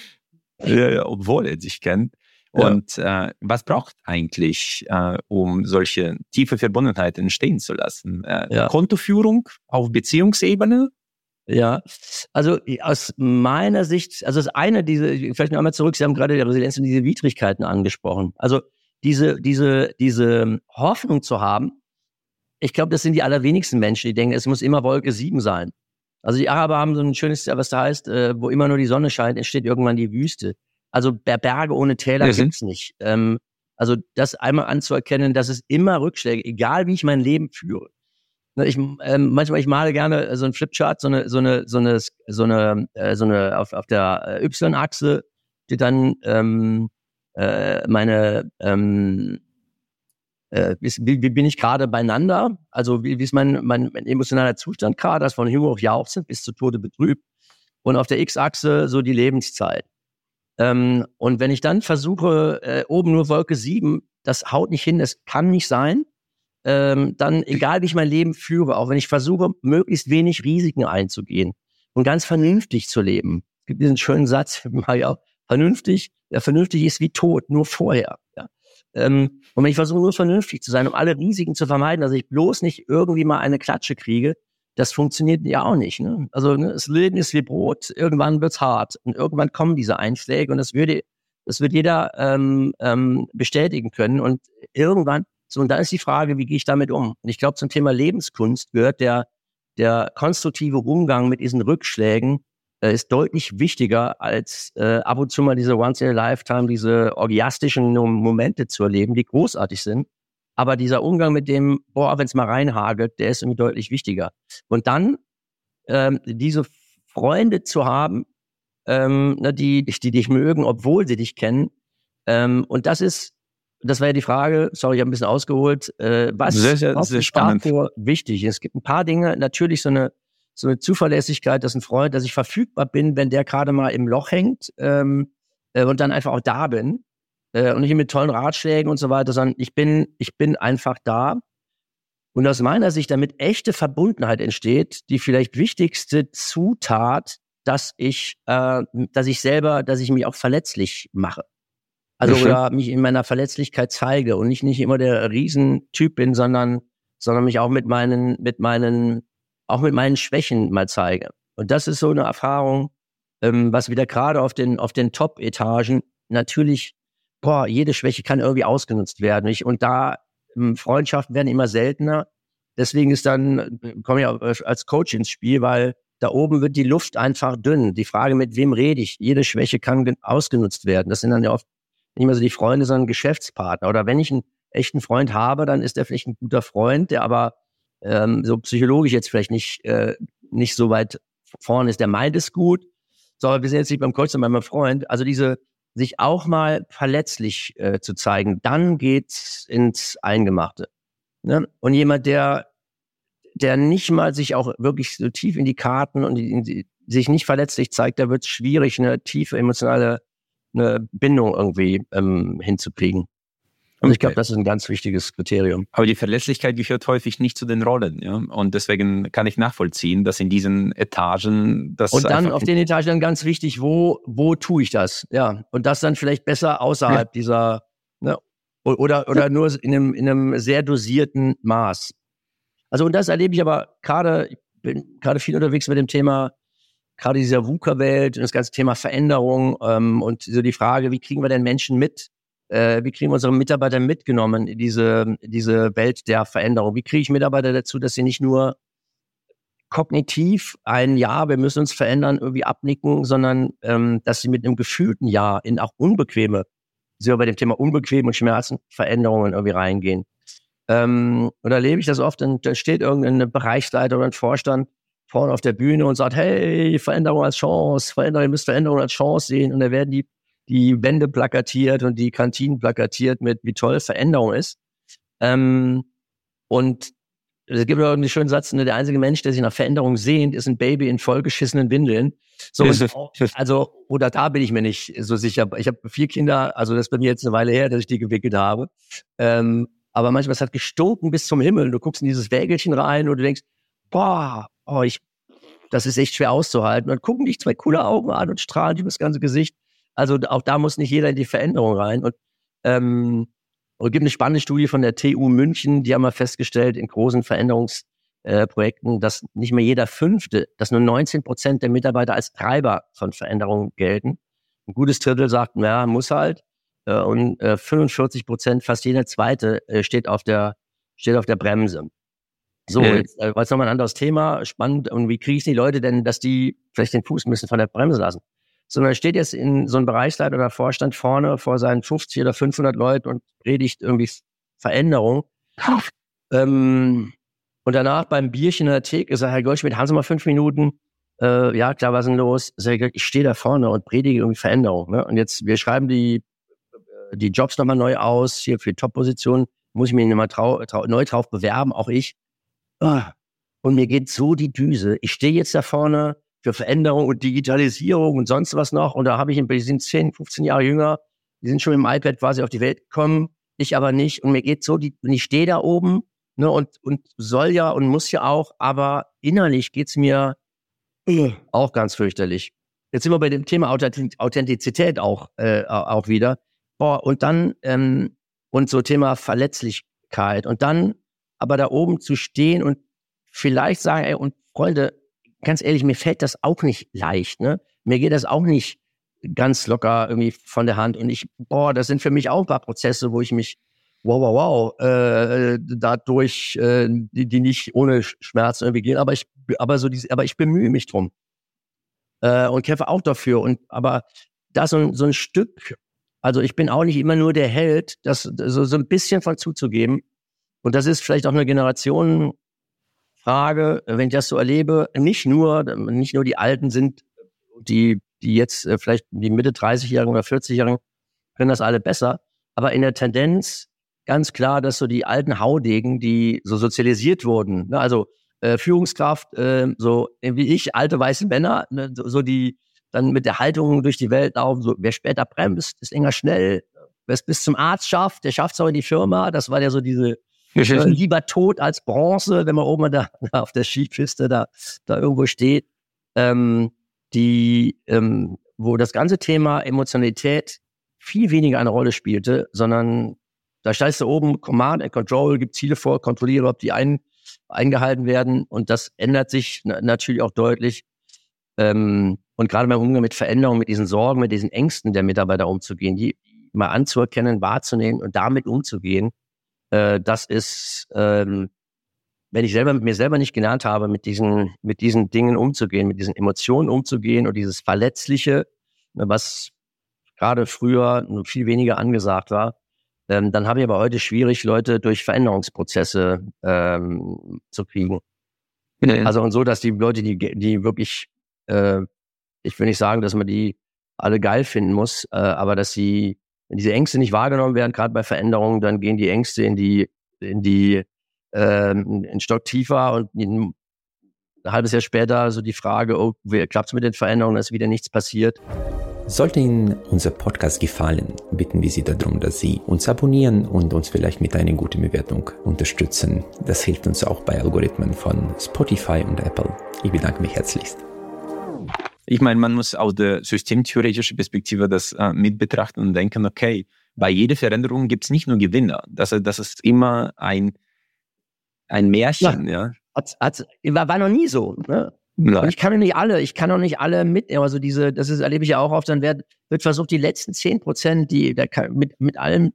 Ja, ja, obwohl er dich kennt. Ja. Und äh, was braucht eigentlich, äh, um solche tiefe Verbundenheit entstehen zu lassen? Äh, ja. Kontoführung auf Beziehungsebene? Ja, also aus meiner Sicht, also das eine, diese, vielleicht noch einmal zurück, Sie haben gerade die Resilienz und diese Widrigkeiten angesprochen. Also diese, diese, diese Hoffnung zu haben, ich glaube, das sind die allerwenigsten Menschen, die denken, es muss immer Wolke sieben sein. Also die Araber haben so ein schönes, was da heißt, äh, wo immer nur die Sonne scheint, entsteht irgendwann die Wüste. Also Berge ohne Täler mhm. gibt's nicht. Ähm, also das einmal anzuerkennen, dass es immer Rückschläge, egal wie ich mein Leben führe. Ich, ähm, manchmal, ich male gerne so ein Flipchart, so eine, so eine, so eine, so eine, äh, so eine auf, auf der Y-Achse steht dann ähm, äh, meine, ähm, äh, wie, wie bin ich gerade beieinander? Also wie, wie ist mein, mein, mein emotionaler Zustand gerade, das von Jugend auf jauchzend bis zu Tode betrübt. Und auf der X-Achse so die Lebenszeit. Ähm, und wenn ich dann versuche, äh, oben nur Wolke sieben, das haut nicht hin, das kann nicht sein. Ähm, dann, egal wie ich mein Leben führe, auch wenn ich versuche, möglichst wenig Risiken einzugehen und ganz vernünftig zu leben. Es gibt diesen schönen Satz, ja, vernünftig, ja, vernünftig ist wie tot, nur vorher. Ja. Ähm, und wenn ich versuche, nur vernünftig zu sein, um alle Risiken zu vermeiden, dass ich bloß nicht irgendwie mal eine Klatsche kriege, das funktioniert ja auch nicht. Ne? Also ne, das Leben ist wie Brot, irgendwann wird's hart und irgendwann kommen diese Einschläge und das würde, das wird jeder ähm, ähm, bestätigen können und irgendwann. So, und da ist die Frage, wie gehe ich damit um? Und ich glaube, zum Thema Lebenskunst gehört der, der konstruktive Umgang mit diesen Rückschlägen äh, ist deutlich wichtiger, als äh, ab und zu mal diese Once in a Lifetime, diese orgiastischen Momente zu erleben, die großartig sind. Aber dieser Umgang mit dem, boah, wenn es mal reinhagelt, der ist irgendwie deutlich wichtiger. Und dann ähm, diese Freunde zu haben, ähm, die, die dich mögen, obwohl sie dich kennen. Ähm, und das ist Das war ja die Frage, sorry, ich habe ein bisschen ausgeholt, äh, was, sehr, sehr, was sehr ist spannend. davor wichtig? Es gibt ein paar Dinge, natürlich so eine so eine Zuverlässigkeit, dass ein Freund, dass ich verfügbar bin, wenn der gerade mal im Loch hängt ähm, äh, und dann einfach auch da bin äh, und nicht mit tollen Ratschlägen und so weiter, sondern ich bin ich bin einfach da. Und aus meiner Sicht, damit echte Verbundenheit entsteht, die vielleicht wichtigste Zutat, dass ich äh, dass ich selber, dass ich mich auch verletzlich mache. Also mhm. oder mich in meiner Verletzlichkeit zeige und nicht nicht immer der Riesentyp bin, sondern sondern mich auch mit meinen mit meinen auch mit meinen Schwächen mal zeige. Und das ist so eine Erfahrung, ähm, was wieder gerade auf den auf den Top-Etagen natürlich, boah, jede Schwäche kann irgendwie ausgenutzt werden. Ich, und da ähm, Freundschaften werden immer seltener. Deswegen ist dann komme ich auch als Coach ins Spiel, weil da oben wird die Luft einfach dünn. Die Frage, mit wem rede ich? Jede Schwäche kann ausgenutzt werden. Das sind dann ja oft nicht mehr so die Freunde, sondern Geschäftspartner. Oder wenn ich einen echten Freund habe, dann ist er vielleicht ein guter Freund, der aber ähm, so psychologisch jetzt vielleicht nicht äh, nicht so weit vorne ist. Der meint es gut. So, aber wir sind jetzt nicht beim Coach, sondern beim Freund. Also diese, sich auch mal verletzlich äh, zu zeigen, dann geht's ins Eingemachte. Ne? Und jemand, der der nicht mal sich auch wirklich so tief in die Karten und in die, sich nicht verletzlich zeigt, da wird es schwierig, eine tiefe emotionale eine Bindung irgendwie ähm, hinzukriegen. Also okay. Ich glaube, das ist ein ganz wichtiges Kriterium. Aber die Verlässlichkeit gehört häufig nicht zu den Rollen, ja. Und deswegen kann ich nachvollziehen, dass in diesen Etagen das und dann auf den Etagen dann ganz wichtig, wo wo tue ich das, ja. Und das dann vielleicht besser außerhalb ja. dieser, ne, oder oder ja. nur in einem in einem sehr dosierten Maß. Also und das erlebe ich aber gerade, ich bin gerade viel unterwegs mit dem Thema. Gerade dieser VUCA-Welt und das ganze Thema Veränderung ähm, und so die Frage, wie kriegen wir denn Menschen mit, äh, wie kriegen wir unsere Mitarbeiter mitgenommen in diese, diese Welt der Veränderung? Wie kriege ich Mitarbeiter dazu, dass sie nicht nur kognitiv ein Ja, wir müssen uns verändern, irgendwie abnicken, sondern ähm, dass sie mit einem gefühlten Ja in auch unbequeme, sind wir bei dem Thema unbequem und Schmerzen, Veränderungen irgendwie reingehen. Ähm, und da erlebe ich das oft, und da steht irgendein Bereichsleiter oder ein Vorstand vorne auf der Bühne und sagt, hey, Veränderung als Chance, Veränderung, ihr müsst Veränderung als Chance sehen. Und da werden die, die Wände plakatiert und die Kantinen plakatiert mit, wie toll Veränderung ist. Ähm, und es gibt auch einen schönen Satz, ne, der einzige Mensch, der sich nach Veränderung sehnt, ist ein Baby in vollgeschissenen Windeln. So, also, oder da bin ich mir nicht so sicher. Ich habe vier Kinder, also das ist bei mir jetzt eine Weile her, dass ich die gewickelt habe. Ähm, aber manchmal, es hat gestunken bis zum Himmel. Du guckst in dieses Wägelchen rein und du denkst, boah, oh, ich, das ist echt schwer auszuhalten. Und dann gucken dich zwei coole Augen an und strahlen über das ganze Gesicht. Also auch da muss nicht jeder in die Veränderung rein. Und ähm, Und es gibt eine spannende Studie von der T U München, die haben mal festgestellt, in großen Veränderungsprojekten, äh, dass nicht mehr jeder Fünfte, dass nur neunzehn Prozent der Mitarbeiter als Treiber von Veränderungen gelten. Ein gutes Drittel sagt, naja, muss halt. Äh, und äh, fünfundvierzig Prozent, fast jeder Zweite, äh, steht auf der, steht auf der Bremse. So, äh. jetzt äh, jetzt nochmal ein anderes Thema. Spannend. Und wie kriegen die Leute denn, dass die vielleicht den Fuß ein bisschen von der Bremse lassen? Sondern steht jetzt in so einem Bereichsleiter oder Vorstand vorne vor seinen fünfzig oder fünfhundert Leuten und predigt irgendwie Veränderung. ähm, und danach beim Bierchen in der Theke sagt Herr Goldschmidt, haben Sie mal fünf Minuten? Äh, ja, klar, was ist denn los? Sag ich, ich stehe da vorne und predige irgendwie Veränderung. Ne? Und jetzt, wir schreiben die, die Jobs nochmal neu aus, hier für die Top-Positionen, muss ich mich nochmal trau, trau, neu drauf bewerben, auch ich. Und mir geht so die Düse. Ich stehe jetzt da vorne für Veränderung und Digitalisierung und sonst was noch. Und da habe ich, die sind zehn, fünfzehn Jahre jünger, die sind schon mit dem iPad quasi auf die Welt gekommen, ich aber nicht. Und mir geht so, die, und ich stehe da oben, ne, und, und soll ja und muss ja auch, aber innerlich geht's mir äh, auch ganz fürchterlich. Jetzt sind wir bei dem Thema Authentizität auch, äh, auch wieder. Boah, und dann, ähm, und so Thema Verletzlichkeit. Und dann aber da oben zu stehen und vielleicht sagen, ey, und Freunde, ganz ehrlich, mir fällt das auch nicht leicht, ne? Mir geht das auch nicht ganz locker irgendwie von der Hand. Und ich, boah, das sind für mich auch ein paar Prozesse, wo ich mich, wow, wow, wow, äh, dadurch, äh, die, die nicht ohne Schmerzen irgendwie gehen, aber ich, aber so diese, aber ich bemühe mich drum. Äh, und kämpfe auch dafür. Und, aber da so, so ein Stück, also ich bin auch nicht immer nur der Held, das so, so ein bisschen von zuzugeben. Und das ist vielleicht auch eine Generationenfrage, wenn ich das so erlebe, nicht nur, nicht nur die Alten sind, die, die jetzt äh, vielleicht die Mitte dreißigjährigen oder vierzigjährigen können das alle besser, aber in der Tendenz ganz klar, dass so die alten Haudegen, die so sozialisiert wurden, ne, also äh, Führungskraft, äh, so wie ich, alte weiße Männer, ne, so, so die dann mit der Haltung durch die Welt laufen, so wer später bremst, ist länger schnell, wer es bis zum Arzt schafft, der schafft es auch in die Firma, das war ja so diese äh, lieber tot als Bronze, wenn man oben da, da auf der Skipiste da, da irgendwo steht, ähm, die, ähm, wo das ganze Thema Emotionalität viel weniger eine Rolle spielte, sondern da steigst du oben, Command and Control, gibt Ziele vor, kontrolliere, ob die ein, eingehalten werden, und das ändert sich na, natürlich auch deutlich. Ähm, und gerade beim Umgang mit Veränderungen, mit diesen Sorgen, mit diesen Ängsten der Mitarbeiter umzugehen, die mal anzuerkennen, wahrzunehmen und damit umzugehen, äh, das ist, ähm, wenn ich selber mit mir selber nicht gelernt habe, mit diesen, mit diesen Dingen umzugehen, mit diesen Emotionen umzugehen und dieses Verletzliche, was gerade früher viel weniger angesagt war, ähm, dann habe ich aber heute schwierig, Leute durch Veränderungsprozesse ähm, zu kriegen. Ja. Also und so, dass die Leute, die, die wirklich, äh, ich will nicht sagen, dass man die alle geil finden muss, äh, aber dass sie, wenn diese Ängste nicht wahrgenommen werden, gerade bei Veränderungen, dann gehen die Ängste in die, in die Ähm, ein Stock tiefer, und ein halbes Jahr später so die Frage, oh, klappt es mit den Veränderungen, ist wieder nichts passiert. Sollte Ihnen unser Podcast gefallen, bitten wir Sie darum, dass Sie uns abonnieren und uns vielleicht mit einer guten Bewertung unterstützen. Das hilft uns auch bei Algorithmen von Spotify und Apple. Ich bedanke mich herzlichst. Ich meine, man muss aus der systemtheoretischen Perspektive das äh, mit betrachten und denken, okay, bei jeder Veränderung gibt es nicht nur Gewinner. Das, das ist immer ein Ein Märchen, ja. ja. Hat, hat, war, war noch nie so, ne? Und ich kann doch nicht alle, ich kann doch nicht alle mitnehmen. Also diese, das ist, erlebe ich ja auch oft, dann wird, wird versucht, die letzten zehn Prozent, die, der kann, mit, mit allem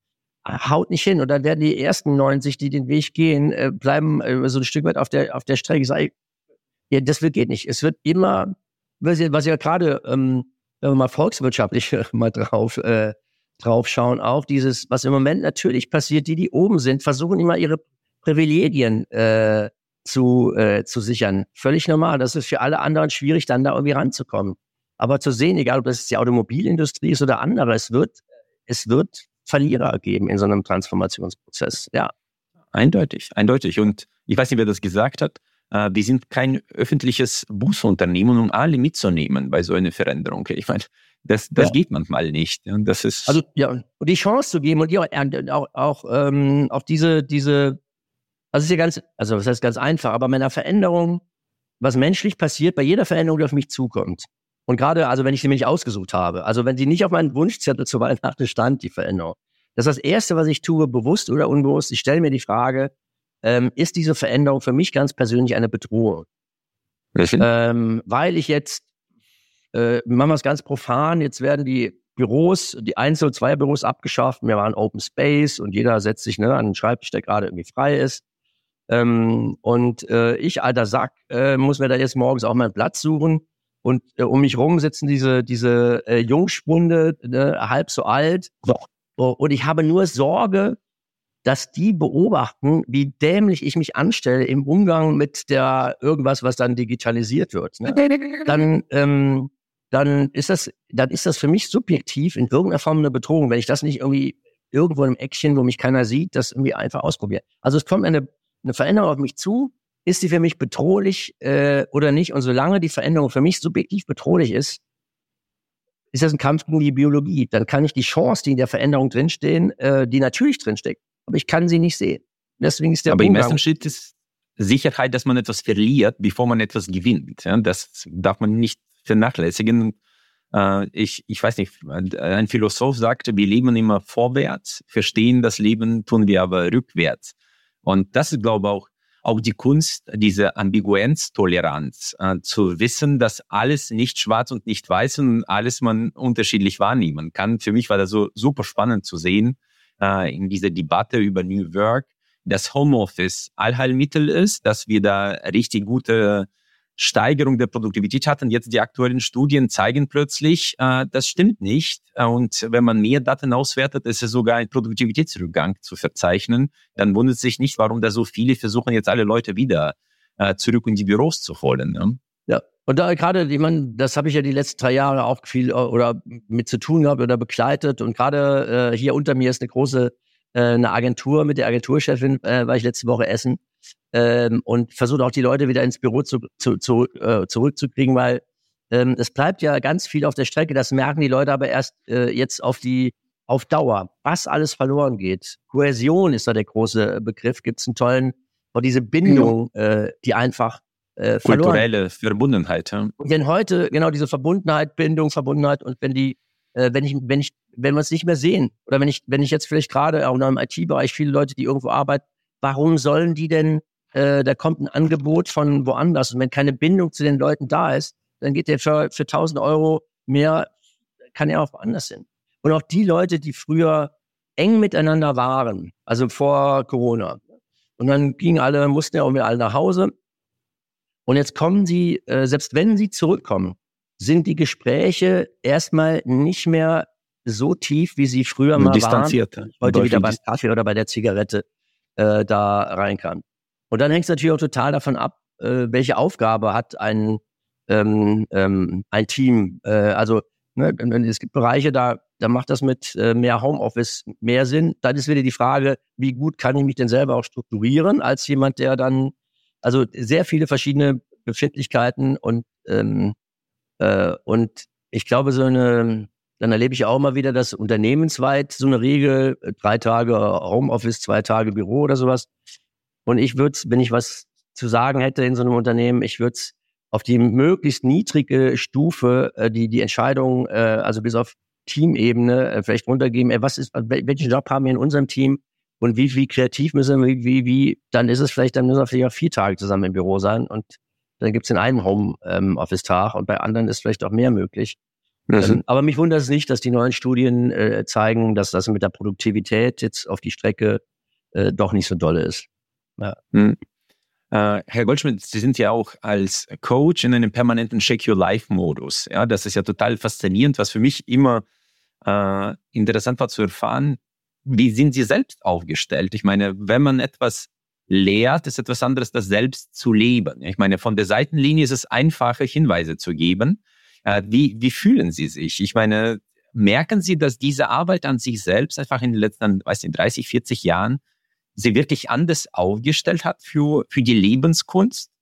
haut nicht hin. Und dann werden die ersten neunzig, die den Weg gehen, äh, bleiben äh, so ein Stück weit auf der, auf der Strecke. Ich sage, Ja, das wird, geht nicht. Es wird immer, was ja, was ja gerade, ähm, wenn wir mal volkswirtschaftlich mal drauf, äh, drauf schauen, auch dieses, was im Moment natürlich passiert, die, die oben sind, versuchen immer ihre Privilegien äh, zu, äh, zu sichern. Völlig normal. Das ist für alle anderen schwierig, dann da irgendwie ranzukommen. Aber zu sehen, egal ob das die Automobilindustrie ist oder andere, es wird, es wird Verlierer geben in so einem Transformationsprozess. Ja. Eindeutig, eindeutig. Und ich weiß nicht, wer das gesagt hat. Äh, wir sind kein öffentliches Busunternehmen, um alle mitzunehmen bei so einer Veränderung. Ich meine, das, das ja. geht manchmal nicht. Und das ist also ja, und die Chance zu geben und die auch, auch, auch ähm, auf diese, diese, also ist ja ganz, also das heißt ganz einfach, aber bei einer Veränderung, was menschlich passiert, bei jeder Veränderung, die auf mich zukommt. Und gerade, also wenn ich sie mir nicht ausgesucht habe, also wenn sie nicht auf meinen Wunschzettel zu Weihnachten stand, die Veränderung. Das ist das Erste, was ich tue, bewusst oder unbewusst. Ich stelle mir die Frage, ähm, ist diese Veränderung für mich ganz persönlich eine Bedrohung? Ähm, weil ich jetzt, äh, machen wir es ganz profan, jetzt werden die Büros, die Einzel- und Zweierbüros abgeschafft. Wir waren Open Space und jeder setzt sich ne, an den Schreibtisch, der gerade irgendwie frei ist. Ähm, und äh, ich, alter Sack, äh, muss mir da jetzt morgens auch meinen Platz suchen. Und äh, um mich rum sitzen diese, diese äh, Jungspunde, ne, halb so alt. Und ich habe nur Sorge, dass die beobachten, wie dämlich ich mich anstelle im Umgang mit der irgendwas, was dann digitalisiert wird. Ne? Dann, ähm, dann ist das, dann ist das für mich subjektiv in irgendeiner Form eine Bedrohung, wenn ich das nicht irgendwie irgendwo im Eckchen, wo mich keiner sieht, das irgendwie einfach ausprobiere. Also es kommt eine, eine Veränderung auf mich zu. Ist sie für mich bedrohlich äh, oder nicht? Und solange die Veränderung für mich subjektiv bedrohlich ist, ist das ein Kampf gegen die Biologie. Dann kann ich die Chance, die in der Veränderung drinstehen, äh, die natürlich drinsteckt, aber ich kann sie nicht sehen. Deswegen ist der Aber Umgang. im ersten Schritt ist Sicherheit, dass man etwas verliert, bevor man etwas gewinnt. Ja, das darf man nicht vernachlässigen. Äh, ich, ich weiß nicht, ein Philosoph sagte, wir leben immer vorwärts, verstehen das Leben, tun wir aber rückwärts. Und das ist, glaube ich, auch Auch die Kunst, diese Ambiguenztoleranz, äh, zu wissen, dass alles nicht schwarz und nicht weiß und alles man unterschiedlich wahrnehmen kann. Für mich war das so super spannend zu sehen äh, in dieser Debatte über New Work, dass Homeoffice Allheilmittel ist, dass wir da richtig gute Steigerung der Produktivität hatten. Jetzt die aktuellen Studien zeigen plötzlich, äh, das stimmt nicht. Und wenn man mehr Daten auswertet, ist es sogar ein Produktivitätsrückgang zu verzeichnen. Dann wundert sich nicht, warum da so viele versuchen, jetzt alle Leute wieder äh, zurück in die Büros zu holen. Ne? Ja, und da gerade, ich meine, das habe ich ja die letzten drei Jahre auch viel oder mit zu tun gehabt oder begleitet. Und gerade äh, hier unter mir ist eine große äh, eine Agentur, mit der Agenturchefin äh, war ich letzte Woche essen. Ähm, und versucht auch die Leute wieder ins Büro zu, zu, zu, äh, zurückzukriegen, weil ähm, es bleibt ja ganz viel auf der Strecke. Das merken die Leute aber erst äh, jetzt auf die auf Dauer, was alles verloren geht. Kohäsion ist da der große Begriff. Gibt es einen tollen, auch diese Bindung, ja. äh, die einfach äh, verloren. Kulturelle Verbundenheit. Ja. Und wenn heute genau diese Verbundenheit, Bindung, Verbundenheit und wenn die, äh, wenn ich, wenn ich, wenn wir es nicht mehr sehen oder wenn ich, wenn ich jetzt vielleicht gerade auch noch im I T-Bereich viele Leute, die irgendwo arbeiten, warum sollen die denn, äh, da kommt ein Angebot von woanders und wenn keine Bindung zu den Leuten da ist, dann geht der für, für tausend Euro mehr, kann er auch woanders hin. Und auch die Leute, die früher eng miteinander waren, also vor Corona, und dann gingen alle, mussten ja auch wieder alle nach Hause und jetzt kommen sie, äh, selbst wenn sie zurückkommen, sind die Gespräche erstmal nicht mehr so tief, wie sie früher mal distanziert, waren. Heute wieder beim Kaffee oder bei der Zigarette äh, da rein kann. Und dann hängt es natürlich auch total davon ab, äh, welche Aufgabe hat ein, ähm, ähm, ein Team. Äh, also ne, es gibt Bereiche, da, da macht das mit äh, mehr Homeoffice mehr Sinn. Dann ist wieder die Frage, wie gut kann ich mich denn selber auch strukturieren, als jemand, der dann, also sehr viele verschiedene Befindlichkeiten und ähm, äh, und ich glaube, so eine, dann erlebe ich auch immer wieder, dass unternehmensweit so eine Regel, drei Tage Homeoffice, zwei Tage Büro oder sowas. Und ich würde es, wenn ich was zu sagen hätte in so einem Unternehmen, ich würde es auf die möglichst niedrige Stufe, äh, die die Entscheidung, äh, also bis auf Teamebene, äh, vielleicht runtergeben, ey, was ist, welchen Job haben wir in unserem Team und wie, wie kreativ müssen wir, wie, wie, wie, dann ist es vielleicht, dann müssen wir vielleicht auch vier Tage zusammen im Büro sein und dann gibt's den einen Home-Office-Tag und bei anderen ist vielleicht auch mehr möglich. Mhm. Ähm, aber mich wundert es nicht, dass die neuen Studien äh, zeigen, dass das mit der Produktivität jetzt auf die Strecke äh, doch nicht so dolle ist. Ja. Mhm. Äh, Herr Goldschmidt, Sie sind ja auch als Coach in einem permanenten Check-Your-Life-Modus. Ja, das ist ja total faszinierend, was für mich immer äh, interessant war zu erfahren. Wie sind Sie selbst aufgestellt? Ich meine, wenn man etwas lehrt, ist etwas anderes, das selbst zu leben. Ich meine, von der Seitenlinie ist es einfacher, Hinweise zu geben. Äh, wie, wie fühlen Sie sich? Ich meine, merken Sie, dass diese Arbeit an sich selbst einfach in den letzten, weiß nicht, dreißig, vierzig Jahren Sie wirklich anders aufgestellt hat für, für die Lebenskunst?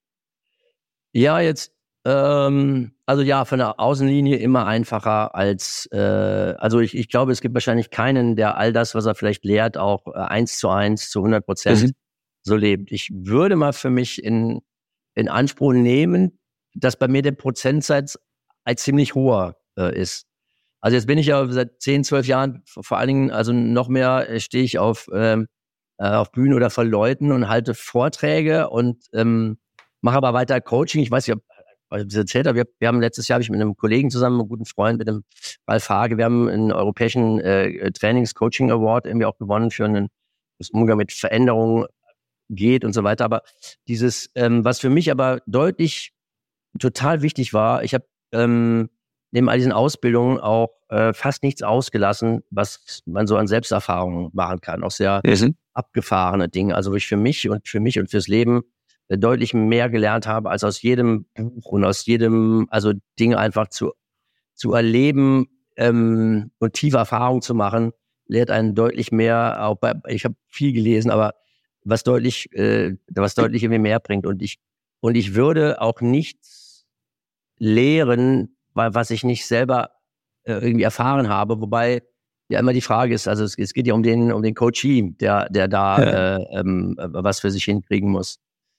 Ja, jetzt, ähm, also ja, von der Außenlinie immer einfacher als, äh, also ich, ich glaube, es gibt wahrscheinlich keinen, der all das, was er vielleicht lehrt, auch äh, eins zu eins, zu hundert Prozent mhm. so lebt. Ich würde mal für mich in, in Anspruch nehmen, dass bei mir der Prozentsatz ein ziemlich hoher äh, ist. Also jetzt bin ich ja seit zehn, zwölf Jahren, vor allen Dingen, also noch mehr äh, stehe ich auf, ähm, auf Bühnen oder vor Leuten und halte Vorträge und ähm, mache aber weiter Coaching. Ich weiß nicht, ob ich das erzählt habe. Wir, wir haben letztes Jahr, habe ich mit einem Kollegen zusammen, einem guten Freund, mit dem Ralf Hage, wir haben einen europäischen äh, Trainings-Coaching-Award irgendwie auch gewonnen für einen, das Umgang mit Veränderungen geht und so weiter. Aber dieses, ähm, was für mich aber deutlich total wichtig war, ich habe ähm, neben all diesen Ausbildungen auch äh, fast nichts ausgelassen, was man so an Selbsterfahrungen machen kann. Auch sehr mhm. abgefahrene Dinge. Also wo ich für mich und für mich und fürs Leben äh, deutlich mehr gelernt habe, als aus jedem Buch und aus jedem, also Dinge einfach zu, zu erleben ähm, und tiefe Erfahrungen zu machen, lehrt einen deutlich mehr, auch bei, ich habe viel gelesen, aber was deutlich, äh, was deutlich irgendwie mehr bringt. Und ich, und ich würde auch nichts lehren, weil was ich nicht selber äh, irgendwie erfahren habe, wobei ja immer die Frage ist, also es, es geht ja um den um den Coachee, der der da ja. äh, ähm, was für sich hinkriegen muss.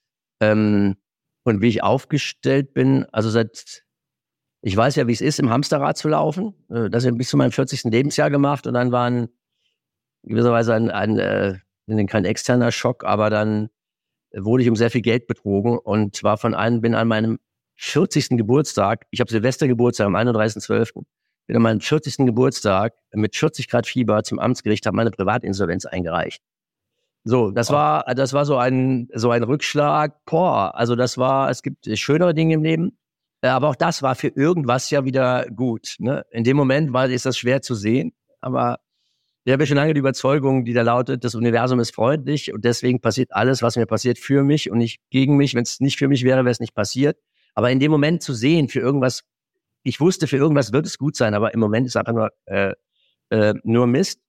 Ähm, und wie ich aufgestellt bin, also seit, ich weiß ja, wie es ist, im Hamsterrad zu laufen. Äh, das habe ich bis zu meinem vierzigsten Lebensjahr gemacht und dann war ein gewisserweise ein, ein äh, kein externer Schock, aber dann wurde ich um sehr viel Geld betrogen und war von einem, bin an meinem vierzigsten Geburtstag, ich habe Silvestergeburtstag am einunddreißigsten zwölften bin an meinem vierzigsten Geburtstag mit vierzig Grad Fieber zum Amtsgericht, habe meine Privatinsolvenz eingereicht. So, das oh. war, das war so ein, so ein Rückschlag. Boah, also das war, es gibt schönere Dinge im Leben, aber auch das war für irgendwas ja wieder gut. Ne? In dem Moment war, ist das schwer zu sehen, aber ich habe ja schon lange die Überzeugung, die da lautet, das Universum ist freundlich und deswegen passiert alles, was mir passiert, für mich und nicht gegen mich. Wenn es nicht für mich wäre, wäre es nicht passiert. Aber in dem Moment zu sehen, für irgendwas, ich wusste, für irgendwas wird es gut sein, aber im Moment ist einfach nur, äh, äh, nur Mist.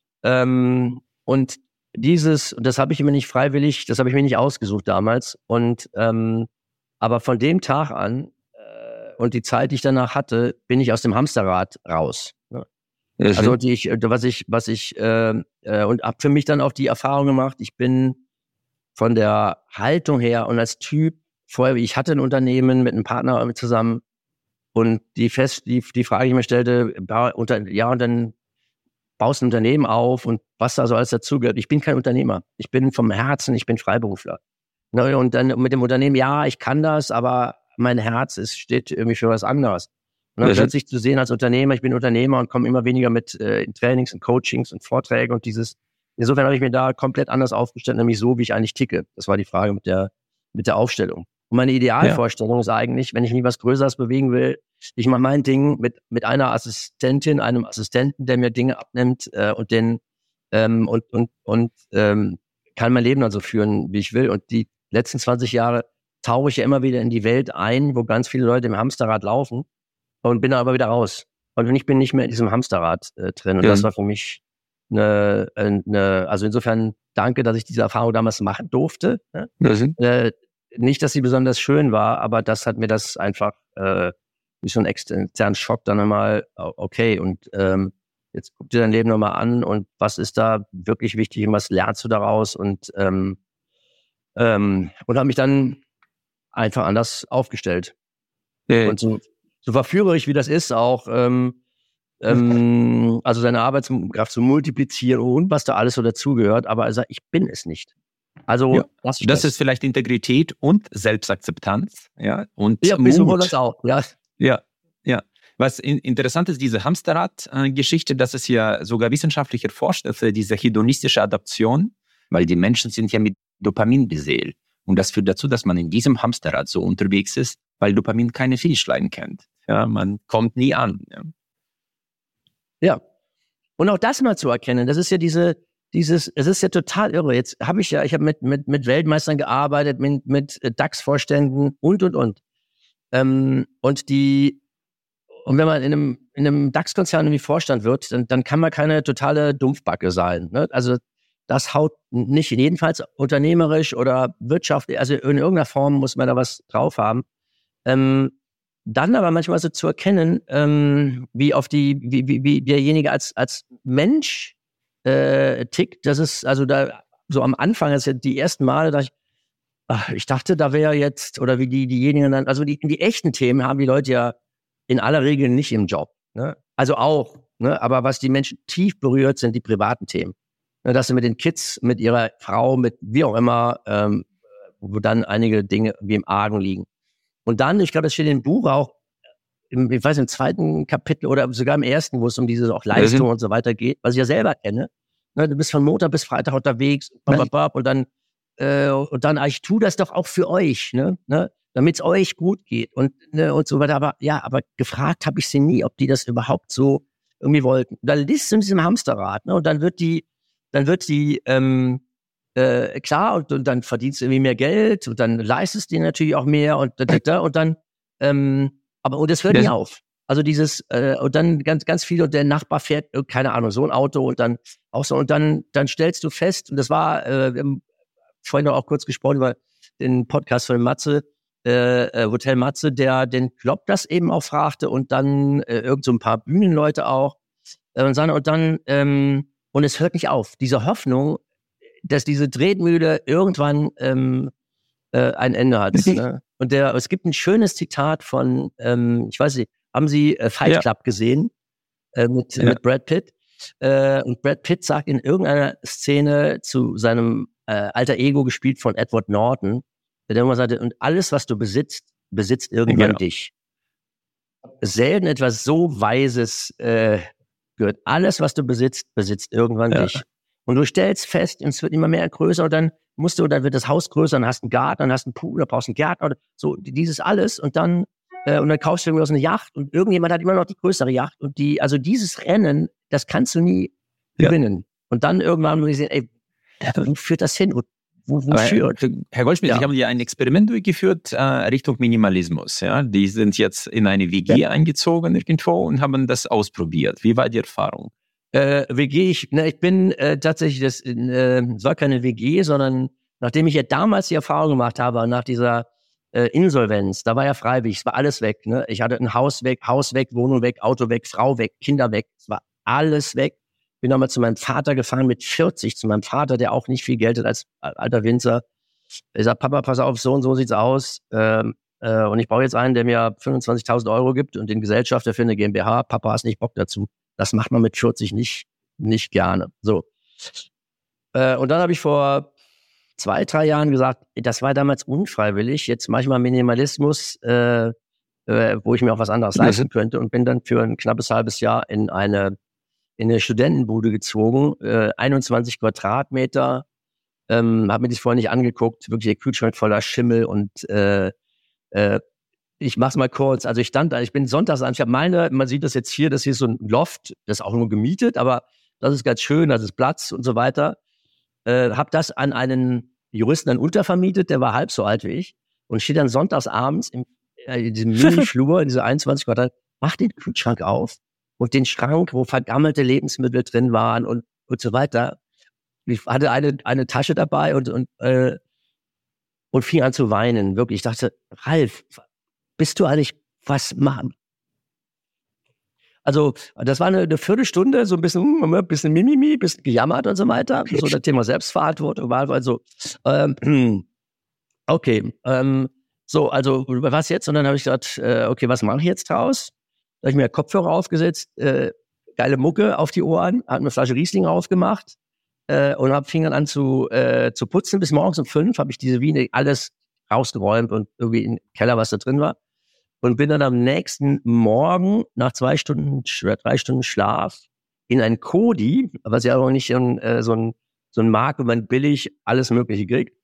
Ähm, und dieses, und das habe ich mir nicht freiwillig, das habe ich mir nicht ausgesucht damals. Und ähm, aber von dem Tag an äh, und die Zeit, die ich danach hatte, bin ich aus dem Hamsterrad raus. Ne? Mhm. Also die ich, was ich, was ich äh, äh, und habe für mich dann auch die Erfahrung gemacht, ich bin von der Haltung her und als Typ vorher, ich hatte ein Unternehmen mit einem Partner zusammen und die fest, die, die Frage, die ich mir stellte, unter, ja, und dann baust ein Unternehmen auf und was da so alles dazugehört. Ich bin kein Unternehmer. Ich bin vom Herzen, ich bin Freiberufler. Und dann mit dem Unternehmen, ja, ich kann das, aber mein Herz ist, steht irgendwie für was anderes. Und dann mhm. plötzlich zu sehen als Unternehmer, ich bin Unternehmer und komme immer weniger mit äh, Trainings und Coachings und Vorträgen und dieses, insofern habe ich mir da komplett anders aufgestellt, nämlich so, wie ich eigentlich ticke. Das war die Frage mit der, mit der Aufstellung. Und meine Idealvorstellung ja. ist eigentlich, wenn ich nie was Größeres bewegen will, ich mache mein Ding mit mit einer Assistentin, einem Assistenten, der mir Dinge abnimmt äh, und den ähm, und und und ähm, kann mein Leben dann so führen, wie ich will. Und die letzten zwanzig Jahre tauche ich ja immer wieder in die Welt ein, wo ganz viele Leute im Hamsterrad laufen und bin da aber wieder raus. Und ich bin nicht mehr in diesem Hamsterrad äh, drin. Und ja. das war für mich eine, eine, also insofern danke, dass ich diese Erfahrung damals machen durfte. Ne? Ja, äh, Nicht, dass sie besonders schön war, aber das hat mir das einfach äh, wie so ein externen Schock dann einmal, okay, und ähm, jetzt guck dir dein Leben nochmal an und was ist da wirklich wichtig und was lernst du daraus und ähm, ähm, und habe mich dann einfach anders aufgestellt. Okay. Und so, so verführerisch wie das ist, auch ähm, ähm, also seine Arbeitskraft zu multiplizieren und was da alles so dazugehört, aber also ich bin es nicht. Also ja, das, das ist vielleicht Integrität und Selbstakzeptanz, ja, und ja, Mut. So das auch, ja. Ja, ja. Was in, interessant ist, diese Hamsterrad-Geschichte, das ist ja sogar wissenschaftlich erforscht, also diese hedonistische Adaption, weil die Menschen sind ja mit Dopamin beseelt. Und das führt dazu, dass man in diesem Hamsterrad so unterwegs ist, weil Dopamin keine Finishline kennt. Ja, man kommt nie an. Ja. ja. Und auch das mal zu erkennen, das ist ja diese, dieses, es ist ja total irre. Jetzt habe ich ja, ich habe mit, mit, mit Weltmeistern gearbeitet, mit, mit DAX-Vorständen und, und, und. Ähm, und die, und wenn man in einem, in einem DAX-Konzern irgendwie Vorstand wird, dann, dann kann man keine totale Dumpfbacke sein. Ne? Also das haut nicht, jedenfalls unternehmerisch oder wirtschaftlich, also in irgendeiner Form muss man da was drauf haben. Ähm, dann aber manchmal so zu erkennen, ähm, wie auf die, wie, wie, wie derjenige als, als Mensch äh, tickt, das ist, also da, so am Anfang, das ist ja die ersten Male, da ich, ach, ich dachte, da wäre jetzt, oder wie die, diejenigen dann, also die, die echten Themen haben die Leute ja in aller Regel nicht im Job, ne? Also auch, ne? Aber was die Menschen tief berührt, sind die privaten Themen. Ne? Dass sie mit den Kids, mit ihrer Frau, mit wie auch immer, ähm, wo dann einige Dinge wie im Argen liegen. Und dann, ich glaube, das steht im Buch auch, im, ich weiß, im zweiten Kapitel oder sogar im ersten, wo es um diese auch Leistung mhm. und so weiter geht, was ich ja selber kenne. Ne, du bist von Montag bis Freitag unterwegs, bap, bap, und dann, äh, und dann, ich tu das doch auch für euch, ne, ne, damit es euch gut geht und, ne, und so weiter. Aber ja, aber gefragt habe ich sie nie, ob die das überhaupt so irgendwie wollten. Und dann liest du in diesem Hamsterrad, ne, und dann wird die, dann wird die, ähm, Äh, klar, und, und dann verdienst du irgendwie mehr Geld und dann leistest du dir natürlich auch mehr und da, da, da, und dann, ähm, aber und das hört nie auf. Also dieses, äh, und dann ganz, ganz viel und der Nachbar fährt, äh, keine Ahnung, so ein Auto und dann auch so und dann, dann stellst du fest, und das war, äh, wir haben vorhin auch kurz gesprochen über den Podcast von Matze, äh, äh, Hotel Matze, der den Klopp das eben auch fragte und dann äh, irgend so ein paar Bühnenleute auch äh, und, und dann, ähm, und es hört nicht auf, diese Hoffnung, dass diese Tretmühle irgendwann ähm, äh, ein Ende hat. Ne? Und der, es gibt ein schönes Zitat von, ähm, ich weiß nicht, haben Sie äh, Fight Club ja. gesehen äh, mit, ja. mit Brad Pitt? Äh, und Brad Pitt sagt in irgendeiner Szene zu seinem äh, alter Ego, gespielt von Edward Norton, der immer sagte, und alles, was du besitzt, besitzt irgendwann genau. dich. Selten etwas so Weises äh, gehört. Alles, was du besitzt, besitzt irgendwann ja. dich. Und du stellst fest, es wird immer mehr größer und dann musst du, dann wird das Haus größer, dann hast du einen Garten, dann hast du einen Pool, dann brauchst du einen Gärtner oder so, dieses alles und dann, äh, und dann kaufst du irgendwas eine Yacht und irgendjemand hat immer noch die größere Yacht und die, also dieses Rennen, das kannst du nie ja. gewinnen. Und dann irgendwann muss ich sehen, ey, wo führt das hin? Wo, wo führt? Herr Goldschmidt, ja. Sie haben ja ein Experiment durchgeführt äh, Richtung Minimalismus. Ja? Die sind jetzt in eine W G ja. eingezogen irgendwo und haben das ausprobiert. Wie war die Erfahrung? Äh, W G, ich, ne, ich bin äh, tatsächlich, das äh, war keine W G, sondern nachdem ich ja damals die Erfahrung gemacht habe, nach dieser äh, Insolvenz, da war ja freiwillig, es war alles weg. Ne? Ich hatte ein Haus weg, Haus weg, Wohnung weg, Auto weg, Frau weg, Kinder weg, es war alles weg. Bin nochmal zu meinem Vater gefahren mit vierzig, zu meinem Vater, der auch nicht viel Geld hat als alter Winzer. Ich sag, Papa, pass auf, so und so sieht's aus. Ähm, äh, und ich brauche jetzt einen, der mir fünfundzwanzigtausend Euro gibt und den Gesellschafter für eine GmbH. Papa, hast nicht Bock dazu. Das macht man mit vierzig nicht, nicht gerne. So. Äh, und dann habe ich vor zwei, drei Jahren gesagt, das war damals unfreiwillig, jetzt mache ich mal Minimalismus, äh, äh, wo ich mir auch was anderes mhm. leisten könnte und bin dann für ein knappes halbes Jahr in eine, in eine Studentenbude gezogen, äh, einundzwanzig Quadratmeter, ähm, habe mir das vorher nicht angeguckt, wirklich der Kühlschrank voller Schimmel und äh, äh, ich mach's mal kurz. Also ich stand da, ich bin sonntags an, ich habe meine, man sieht das jetzt hier, das hier ist so ein Loft, das ist auch nur gemietet, aber das ist ganz schön, das ist Platz und so weiter. Äh, hab das an einen Juristen dann untervermietet, der war halb so alt wie ich und steht dann sonntags abends im, äh, in diesem Mini-Flur, in diese einundzwanzig Quadratmeter, macht den Kühlschrank auf und den Schrank, wo vergammelte Lebensmittel drin waren und, und so weiter. Ich hatte eine, eine Tasche dabei und, und, äh, und fing an zu weinen. Wirklich, ich dachte, Ralf, bist du eigentlich, was machen? Also, das war eine, eine Viertelstunde, so ein bisschen, ein bisschen Mimimi, ein bisschen gejammert und so weiter. So das Thema Selbstverantwortung war also, ähm, okay, ähm, so, also, was jetzt? Und dann habe ich gesagt, äh, okay, was mache ich jetzt draus? Da habe ich mir Kopfhörer aufgesetzt, äh, geile Mucke auf die Ohren, habe eine Flasche Riesling aufgemacht äh, und habe fing dann an zu, äh, zu putzen. Bis morgens um fünf habe ich diese Wiener alles rausgeräumt und irgendwie im Keller, was da drin war. Und bin dann am nächsten Morgen nach zwei Stunden, drei Stunden Schlaf in ein Kodi, was ja auch nicht in, äh, so ein, so ein Markt, wo man billig alles Mögliche kriegt,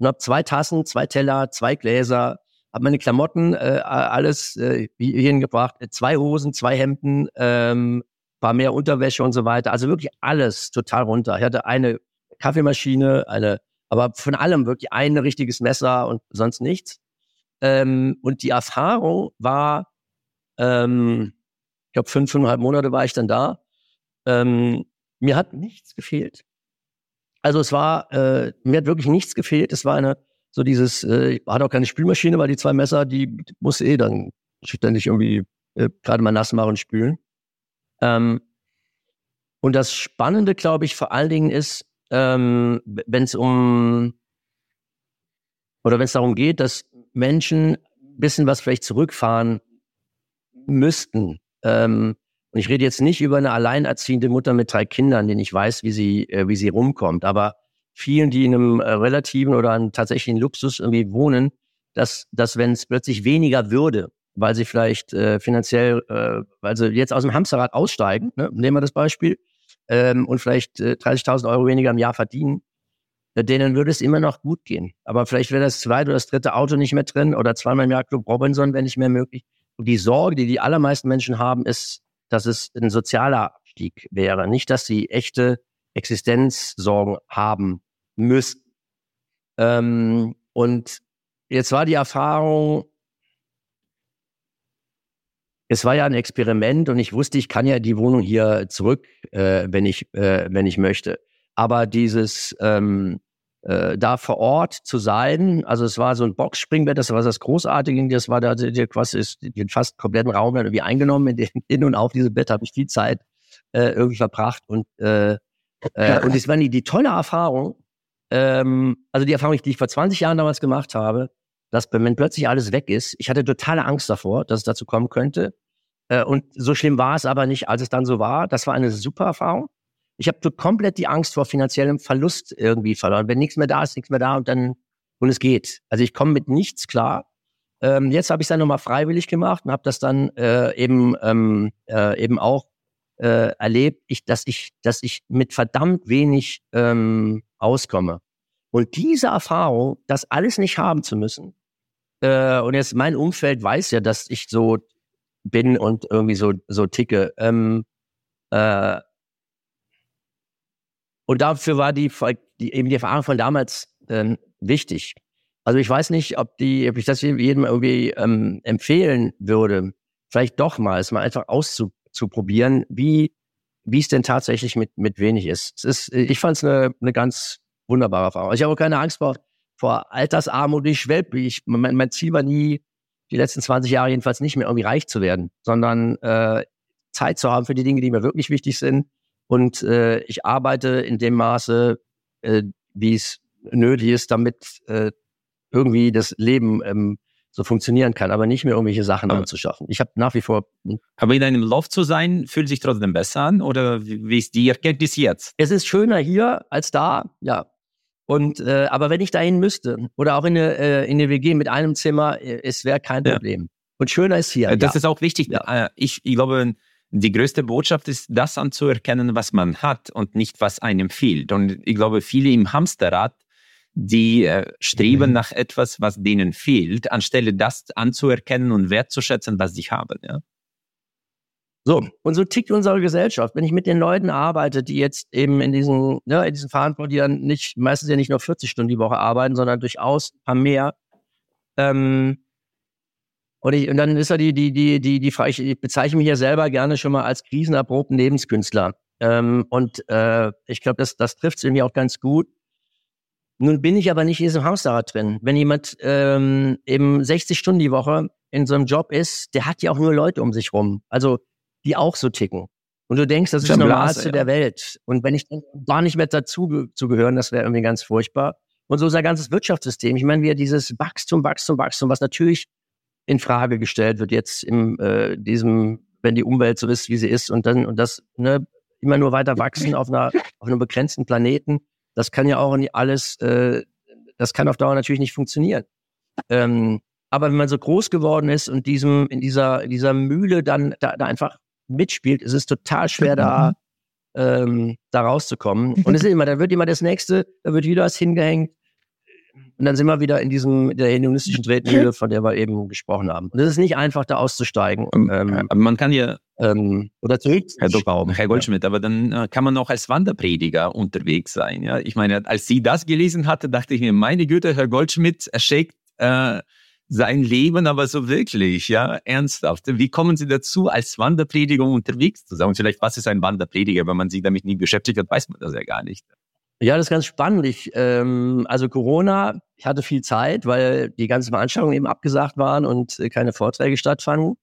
und habe zwei Tassen, zwei Teller, zwei Gläser, habe meine Klamotten, äh, alles äh, hierhin gebracht, zwei Hosen, zwei Hemden, ähm, paar mehr Unterwäsche und so weiter. Also wirklich alles total runter. Ich hatte eine Kaffeemaschine, eine, aber von allem wirklich ein richtiges Messer und sonst nichts. Ähm, und die Erfahrung war, ähm, ich glaube, fünf, fünfeinhalb Monate war ich dann da. Ähm, mir hat nichts gefehlt. Also es war, äh, mir hat wirklich nichts gefehlt. Es war eine, so dieses, äh, ich hatte auch keine Spülmaschine, weil die zwei Messer, die musste eh dann ständig irgendwie äh, gerade mal nass machen und spülen. Ähm, und das Spannende, glaube ich, vor allen Dingen ist, ähm, wenn es um, oder wenn es darum geht, dass Menschen ein bisschen was vielleicht zurückfahren müssten. Ähm, und ich rede jetzt nicht über eine alleinerziehende Mutter mit drei Kindern, die nicht weiß, wie sie, äh, wie sie rumkommt, aber vielen, die in einem äh, relativen oder einem tatsächlichen Luxus irgendwie wohnen, dass, dass wenn es plötzlich weniger würde, weil sie vielleicht äh, finanziell, äh, weil sie jetzt aus dem Hamsterrad aussteigen, ne, nehmen wir das Beispiel, ähm, und vielleicht äh, dreißigtausend Euro weniger im Jahr verdienen, äh, denen würde es immer noch gut gehen. Aber vielleicht wäre das zweite oder das dritte Auto nicht mehr drin oder zweimal im Jahr Club Robinson wäre nicht mehr möglich. Und die Sorge, die die allermeisten Menschen haben, ist, dass es ein sozialer Abstieg wäre. Nicht, dass sie echte Existenzsorgen haben müssen. Ähm, und jetzt war die Erfahrung, es war ja ein Experiment und ich wusste, ich kann ja die Wohnung hier zurück, äh, wenn ich, äh, wenn ich möchte. Aber dieses ähm, äh, da vor Ort zu sein, also es war so ein Boxspringbett, das war das Großartige, das war da der quasi ist den fast kompletten Raum dann irgendwie eingenommen. In, den, in und auf diesem Bett habe ich viel Zeit äh, irgendwie verbracht und äh, äh, und es war die, die tolle Erfahrung, ähm, also die Erfahrung, die ich vor zwanzig Jahren damals gemacht habe, dass wenn plötzlich alles weg ist, ich hatte totale Angst davor, dass es dazu kommen könnte. Äh, und so schlimm war es aber nicht, als es dann so war. Das war eine super Erfahrung. Ich habe komplett die Angst vor finanziellem Verlust irgendwie verloren. Wenn nichts mehr da ist, nichts mehr da und dann, und es geht. Also ich komme mit nichts klar. Ähm, jetzt habe ich es dann nochmal freiwillig gemacht und habe das dann äh, eben ähm, äh, eben auch äh, erlebt, ich, dass ich, dass ich mit verdammt wenig ähm, auskomme. Und diese Erfahrung, das alles nicht haben zu müssen, äh, und jetzt mein Umfeld weiß ja, dass ich so bin und irgendwie so so ticke. Ähm, äh, und dafür war die, die eben die Erfahrung von damals ähm, wichtig. Also ich weiß nicht, ob die, ob ich das jedem irgendwie ähm, empfehlen würde, vielleicht doch mal, es mal einfach auszuprobieren, wie wie es denn tatsächlich mit mit wenig ist. Es ist, ich fand es eine eine ganz wunderbare Erfahrung. Ich habe auch keine Angst vor vor Altersarmut. Ich schwelbe. Ich mein, mein Ziel war nie, die letzten zwanzig Jahre jedenfalls nicht mehr irgendwie reich zu werden, sondern äh, Zeit zu haben für die Dinge, die mir wirklich wichtig sind. Und äh, ich arbeite in dem Maße, äh, wie es nötig ist, damit äh, irgendwie das Leben ähm, so funktionieren kann, aber nicht mehr irgendwelche Sachen aber, anzuschaffen. Ich habe nach wie vor... Aber in einem Loft zu sein, fühlt sich trotzdem besser an? Oder wie ist die Erkenntnis jetzt? Es ist schöner hier als da, ja. Und äh, aber wenn ich dahin müsste oder auch in eine, äh, in eine W G mit einem Zimmer, äh, es wäre kein Problem. Ja. Und schöner ist hier. Das ja. ist auch wichtig. Ja. Ich, ich glaube, die größte Botschaft ist, das anzuerkennen, was man hat und nicht, was einem fehlt. Und ich glaube, viele im Hamsterrad, die äh, streben mhm. nach etwas, was denen fehlt, anstelle das anzuerkennen und wertzuschätzen, was sie haben. Ja? So, und so tickt unsere Gesellschaft. Wenn ich mit den Leuten arbeite, die jetzt eben in diesen, ja, in diesen Verantwortungen, die dann nicht, meistens ja nicht nur vierzig Stunden die Woche arbeiten, sondern durchaus ein paar mehr. Ähm, und, ich, und dann ist ja die, die, die, die, die, ich, ich bezeichne mich ja selber gerne schon mal als krisenerprobten Lebenskünstler. Ähm, und äh, ich glaube, das, das trifft es irgendwie auch ganz gut. Nun bin ich aber nicht in diesem Hamsterrad drin. Wenn jemand ähm, eben sechzig Stunden die Woche in so einem Job ist, der hat ja auch nur Leute um sich rum. Also die auch so ticken. Und du denkst, das ist das Normalste ja. der Welt. Und wenn ich dann gar nicht mehr dazu zu gehören, das wäre irgendwie ganz furchtbar. Und so unser ganzes Wirtschaftssystem. Ich meine, wir dieses Wachstum, Wachstum, Wachstum, was natürlich in Frage gestellt wird jetzt in äh, diesem, wenn die Umwelt so ist, wie sie ist und dann und das ne, immer nur weiter wachsen auf einer auf einem begrenzten Planeten. Das kann ja auch nicht alles, äh, das kann auf Dauer natürlich nicht funktionieren. Ähm, aber wenn man so groß geworden ist und diesem in dieser in dieser Mühle dann da, da einfach mitspielt, ist es total schwer, da, ähm, da rauszukommen. Und es ist immer, da wird immer das Nächste, da wird wieder was hingehängt. Und dann sind wir wieder in diesem, der hedonistischen Tretmühle, von der wir eben gesprochen haben. Und es ist nicht einfach, da auszusteigen. Ähm, aber man kann ja, ähm, oder zurückzuschrauben. Herr Goldschmidt, ja. Aber dann äh, kann man auch als Wanderprediger unterwegs sein. Ja? Ich meine, als Sie das gelesen hatte, dachte ich mir, meine Güte, Herr Goldschmidt erschickt äh, sein Leben aber so wirklich, ja, ernsthaft. Wie kommen Sie dazu, als Wanderprediger unterwegs zu sein? Und vielleicht, was ist ein Wanderprediger? Wenn man sich damit nie beschäftigt hat, weiß man das ja gar nicht. Ja, das ist ganz spannend. Ich, ähm, also Corona, ich hatte viel Zeit, weil die ganzen Veranstaltungen eben abgesagt waren und äh, keine Vorträge stattfanden.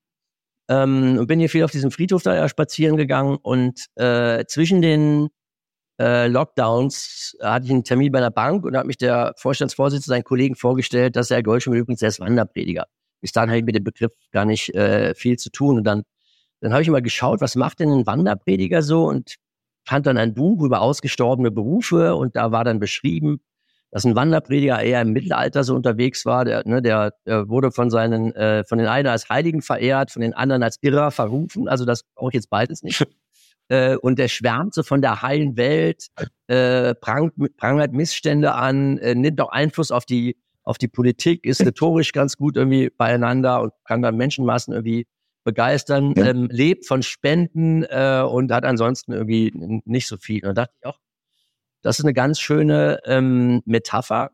Ähm, und bin hier viel auf diesem Friedhof da ja spazieren gegangen und äh, zwischen den äh, Lockdowns hatte ich einen Termin bei einer Bank und da hat mich der Vorstandsvorsitzende seinen Kollegen vorgestellt, dass er Goldschmidt übrigens, der ist Wanderprediger. Bis dahin hatte ich mit dem Begriff gar nicht äh, viel zu tun. Und dann, dann habe ich mal geschaut, was macht denn ein Wanderprediger so, und fand dann ein Buch über ausgestorbene Berufe und da war dann beschrieben, dass ein Wanderprediger eher im Mittelalter so unterwegs war. Der, ne, der, der wurde von seinen, äh, von den einen als Heiligen verehrt, von den anderen als Irrer verrufen. Also das brauche ich jetzt beides nicht. äh, und der schwärmt so von der heilen Welt, äh, prangt, prangert Missstände an, äh, nimmt auch Einfluss auf die, auf die Politik, ist rhetorisch ganz gut irgendwie beieinander und kann dann Menschenmassen irgendwie begeistern, ja. ähm, lebt von Spenden äh, und hat ansonsten irgendwie nicht so viel. Und da dachte ich auch, das ist eine ganz schöne ähm, Metapher.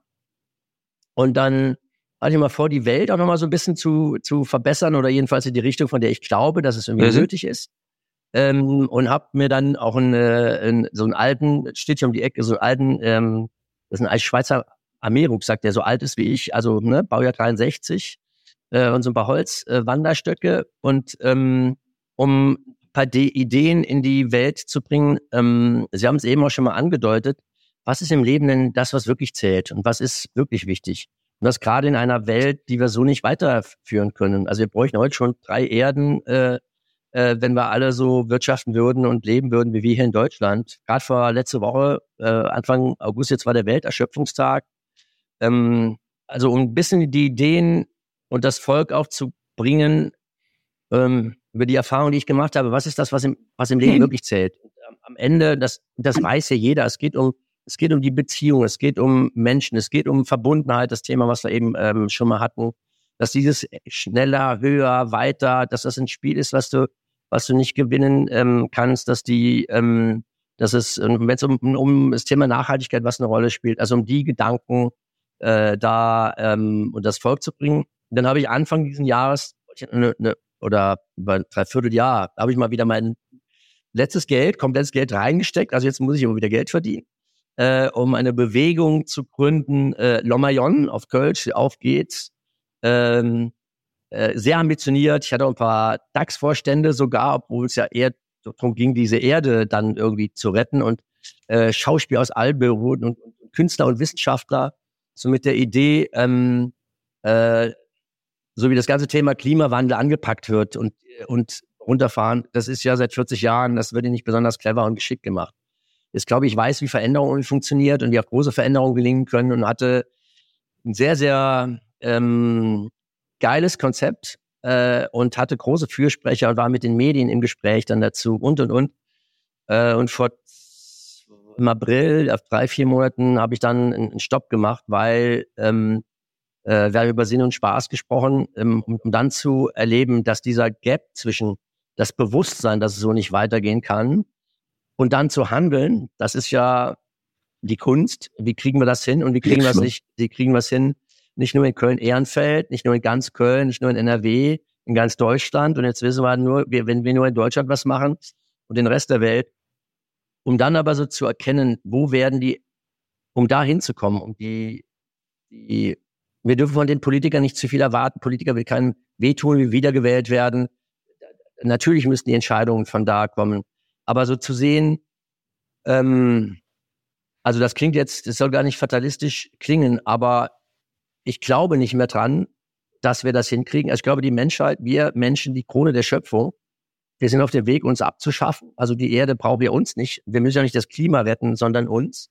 Und dann hatte ich mal vor, die Welt auch nochmal so ein bisschen zu, zu verbessern oder jedenfalls in die Richtung, von der ich glaube, dass es irgendwie mhm. nötig ist. Ähm, und habe mir dann auch eine, ein, so einen alten, steht hier um die Ecke, so einen alten, ähm, das ist ein Schweizer Armeerucksack, der so alt ist wie ich, also ne, Baujahr dreiundsechzig, äh, und so ein paar Holzwanderstöcke. Äh, und ähm, um ein paar De- Ideen in die Welt zu bringen, ähm, Sie haben es eben auch schon mal angedeutet, was ist im Leben denn das, was wirklich zählt und was ist wirklich wichtig? Und das gerade in einer Welt, die wir so nicht weiterführen können. Also wir bräuchten heute schon drei Erden, äh, äh, wenn wir alle so wirtschaften würden und leben würden, wie wir hier in Deutschland. Gerade vor letzte Woche, äh, Anfang August, jetzt war der Welterschöpfungstag. Ähm, also um ein bisschen die Ideen und das Volk auch zu bringen, ähm, über die Erfahrung, die ich gemacht habe, was ist das, was im, was im Leben mhm. wirklich zählt. Und am Ende, das, das weiß ja jeder, es geht um, es geht um die Beziehung, es geht um Menschen, es geht um Verbundenheit, das Thema, was wir eben ähm, schon mal hatten, dass dieses schneller, höher, weiter, dass das ein Spiel ist, was du, was du nicht gewinnen ähm, kannst, dass die, ähm, dass es, wenn es um, um das Thema Nachhaltigkeit, was eine Rolle spielt, also um die Gedanken äh, da ähm, und das Volk zu bringen. Und dann habe ich Anfang dieses Jahres eine, eine, oder über ein Dreivierteljahr habe ich mal wieder mein letztes Geld, komplettes Geld reingesteckt. Also jetzt muss ich immer wieder Geld verdienen, äh, um eine Bewegung zu gründen. Äh, Lomayon auf Kölsch, auf geht's. Ähm, äh, sehr ambitioniert. Ich hatte auch ein paar DAX-Vorstände sogar, obwohl es ja eher darum ging, diese Erde dann irgendwie zu retten und äh, Schauspieler aus allen Berufen und, und Künstler und Wissenschaftler, so mit der Idee, ähm, äh, so wie das ganze Thema Klimawandel angepackt wird und, und runterfahren, das ist ja seit vierzig Jahren, das wird ja nicht besonders clever und geschickt gemacht. Jetzt glaube ich, weiß, wie Veränderung funktioniert und wie auch große Veränderungen gelingen können und hatte ein sehr, sehr ähm, geiles Konzept äh, und hatte große Fürsprecher und war mit den Medien im Gespräch dann dazu und, und, und. Äh, und vor im April, auf drei, vier Monaten, habe ich dann einen Stopp gemacht, weil ähm, äh, wir haben über Sinn und Spaß gesprochen, ähm, um, um dann zu erleben, dass dieser Gap zwischen das Bewusstsein, dass es so nicht weitergehen kann, und dann zu handeln, das ist ja die Kunst. Wie kriegen wir das hin? Und wie kriegen wir es nicht? Wie kriegen wir es hin? Nicht nur in Köln-Ehrenfeld, nicht nur in ganz Köln, nicht nur in N R W, in ganz Deutschland. Und jetzt wissen wir nur, wir, wenn wir nur in Deutschland was machen und den Rest der Welt, um dann aber so zu erkennen, wo werden die, um da hinzukommen, um die, die, wir dürfen von den Politikern nicht zu viel erwarten. Politiker will keinem wehtun, wie wiedergewählt werden. Natürlich müssen die Entscheidungen von da kommen. Aber so zu sehen, ähm, also das klingt jetzt, das soll gar nicht fatalistisch klingen, aber ich glaube nicht mehr dran, dass wir das hinkriegen. Also ich glaube, die Menschheit, wir Menschen, die Krone der Schöpfung, wir sind auf dem Weg, uns abzuschaffen. Also die Erde brauchen wir uns nicht. Wir müssen ja nicht das Klima retten, sondern uns.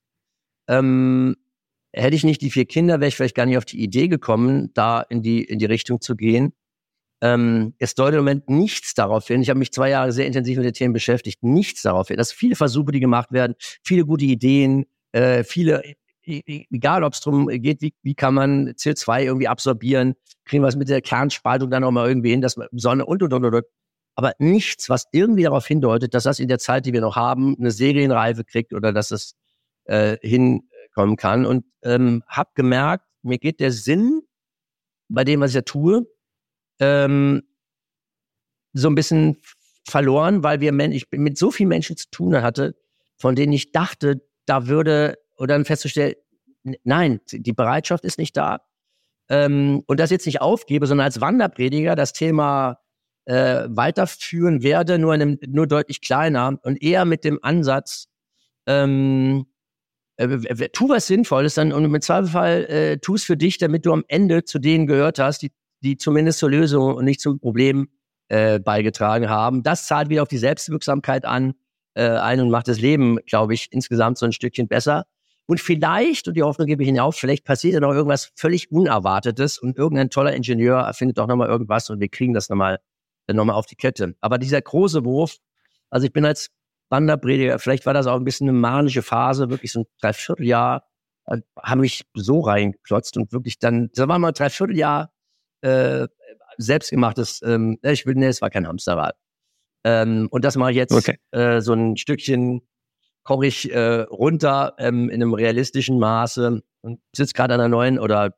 Ähm, hätte ich nicht die vier Kinder, wäre ich vielleicht gar nicht auf die Idee gekommen, da in die in die Richtung zu gehen. Ähm, es deutet im Moment nichts darauf hin. Ich habe mich zwei Jahre sehr intensiv mit den Themen beschäftigt. Nichts darauf hin. Dass viele Versuche, die gemacht werden, viele gute Ideen, äh, viele egal ob es darum geht, wie, wie kann man C O zwei irgendwie absorbieren, kriegen wir es mit der Kernspaltung dann auch mal irgendwie hin, dass man Sonne und, und, und, und. Aber nichts, was irgendwie darauf hindeutet, dass das in der Zeit, die wir noch haben, eine Serienreife kriegt oder dass es äh, hinkommen kann. Und ähm, habe gemerkt, mir geht der Sinn bei dem, was ich ja tue, ähm, so ein bisschen verloren, weil wir ich mit so vielen Menschen zu tun hatte, von denen ich dachte, da würde, oder dann festzustellen, nein, die Bereitschaft ist nicht da. Ähm, und das jetzt nicht aufgebe, sondern als Wanderprediger das Thema äh, weiterführen werde, nur, in einem, nur deutlich kleiner und eher mit dem Ansatz, ähm, äh, tu was Sinnvolles dann und im Zweifelsfall äh, tu es für dich, damit du am Ende zu denen gehört hast, die, die zumindest zur Lösung und nicht zum Problem äh, beigetragen haben. Das zahlt wieder auf die Selbstwirksamkeit an, äh, ein und macht das Leben, glaube ich, insgesamt so ein Stückchen besser. Und vielleicht, und die Hoffnung gebe ich Ihnen auf, vielleicht passiert ja noch irgendwas völlig Unerwartetes und irgendein toller Ingenieur erfindet doch nochmal irgendwas und wir kriegen das nochmal noch mal auf die Kette. Aber dieser große Wurf, also ich bin als Wanderprediger, vielleicht war das auch ein bisschen eine manische Phase, wirklich so ein Dreivierteljahr, äh, haben mich so reingeklotzt und wirklich dann, das war mal ein Dreivierteljahr äh, selbstgemachtes, ähm, ich will, nee, es war kein Hamsterrad. Ähm, und das mache ich jetzt okay. äh, so ein Stückchen, koche ich äh, runter ähm, in einem realistischen Maße und sitze gerade an einer neuen oder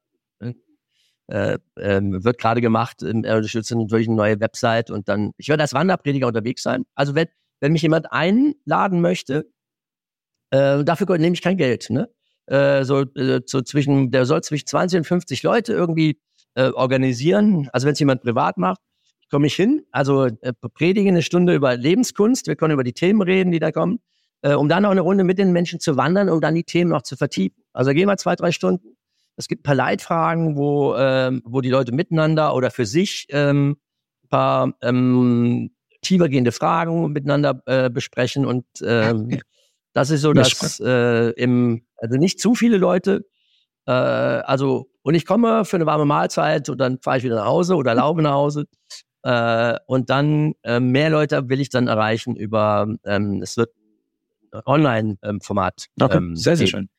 äh, äh, wird gerade gemacht, äh, unterstütze natürlich eine neue Website und dann, ich werde als Wanderprediger unterwegs sein. Also wenn, wenn mich jemand einladen möchte, äh, dafür nehme ich kein Geld, ne? Äh, so, äh, so zwischen, der soll zwischen zwanzig und fünfzig Leute irgendwie äh, organisieren. Also wenn es jemand privat macht, komme ich hin, also äh, predige eine Stunde über Lebenskunst, wir können über die Themen reden, die da kommen, äh, um dann noch eine Runde mit den Menschen zu wandern, um dann die Themen noch zu vertiefen. Also gehen wir zwei, drei Stunden. Es gibt ein paar Leitfragen, wo, ähm, wo die Leute miteinander oder für sich ähm, ein paar ähm, tiefergehende Fragen miteinander äh, besprechen und ähm, das ist so, dass äh, im, also nicht zu viele Leute, äh, also und ich komme für eine warme Mahlzeit und dann fahre ich wieder nach Hause oder laufe nach Hause äh, und dann äh, mehr Leute will ich dann erreichen über, ähm, es wird ein Online-Format. Okay, ähm, sehr, sehr schön.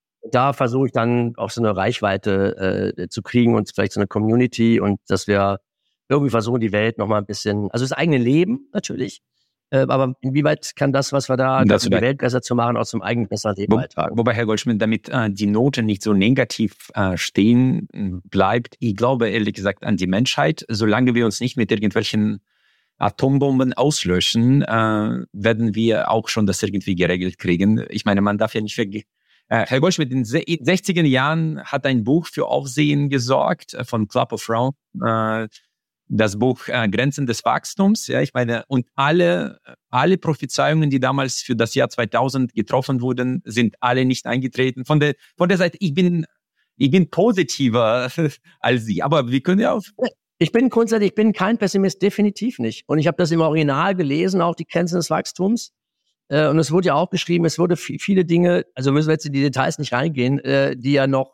Da versuche ich dann auch so eine Reichweite äh, zu kriegen und vielleicht so eine Community und dass wir irgendwie versuchen, die Welt nochmal ein bisschen, also das eigene Leben natürlich, äh, aber inwieweit kann das, was wir da, das die Welt besser zu machen, auch zum eigenen besseren Leben Wo, beitragen. Wobei, Herr Goldschmidt, damit äh, die Note nicht so negativ äh, stehen bleibt, ich glaube ehrlich gesagt an die Menschheit, solange wir uns nicht mit irgendwelchen Atombomben auslöschen, äh, werden wir auch schon das irgendwie geregelt kriegen. Ich meine, man darf ja nicht vergessen, Herr Goldschmidt, in den sechziger Jahren hat ein Buch für Aufsehen gesorgt von Club of Rome, äh, das Buch äh, Grenzen des Wachstums. Ja, ich meine, und alle, alle Prophezeiungen, die damals für das Jahr zweitausend getroffen wurden, sind alle nicht eingetreten. Von der, von der Seite, ich bin, ich bin positiver als Sie, aber wir können ja auch... Ich bin grundsätzlich, ich bin kein Pessimist, definitiv nicht. Und ich habe das im Original gelesen, auch die Grenzen des Wachstums. Und es wurde ja auch geschrieben, es wurde f- viele Dinge, also müssen wir jetzt in die Details nicht reingehen, äh, die ja noch,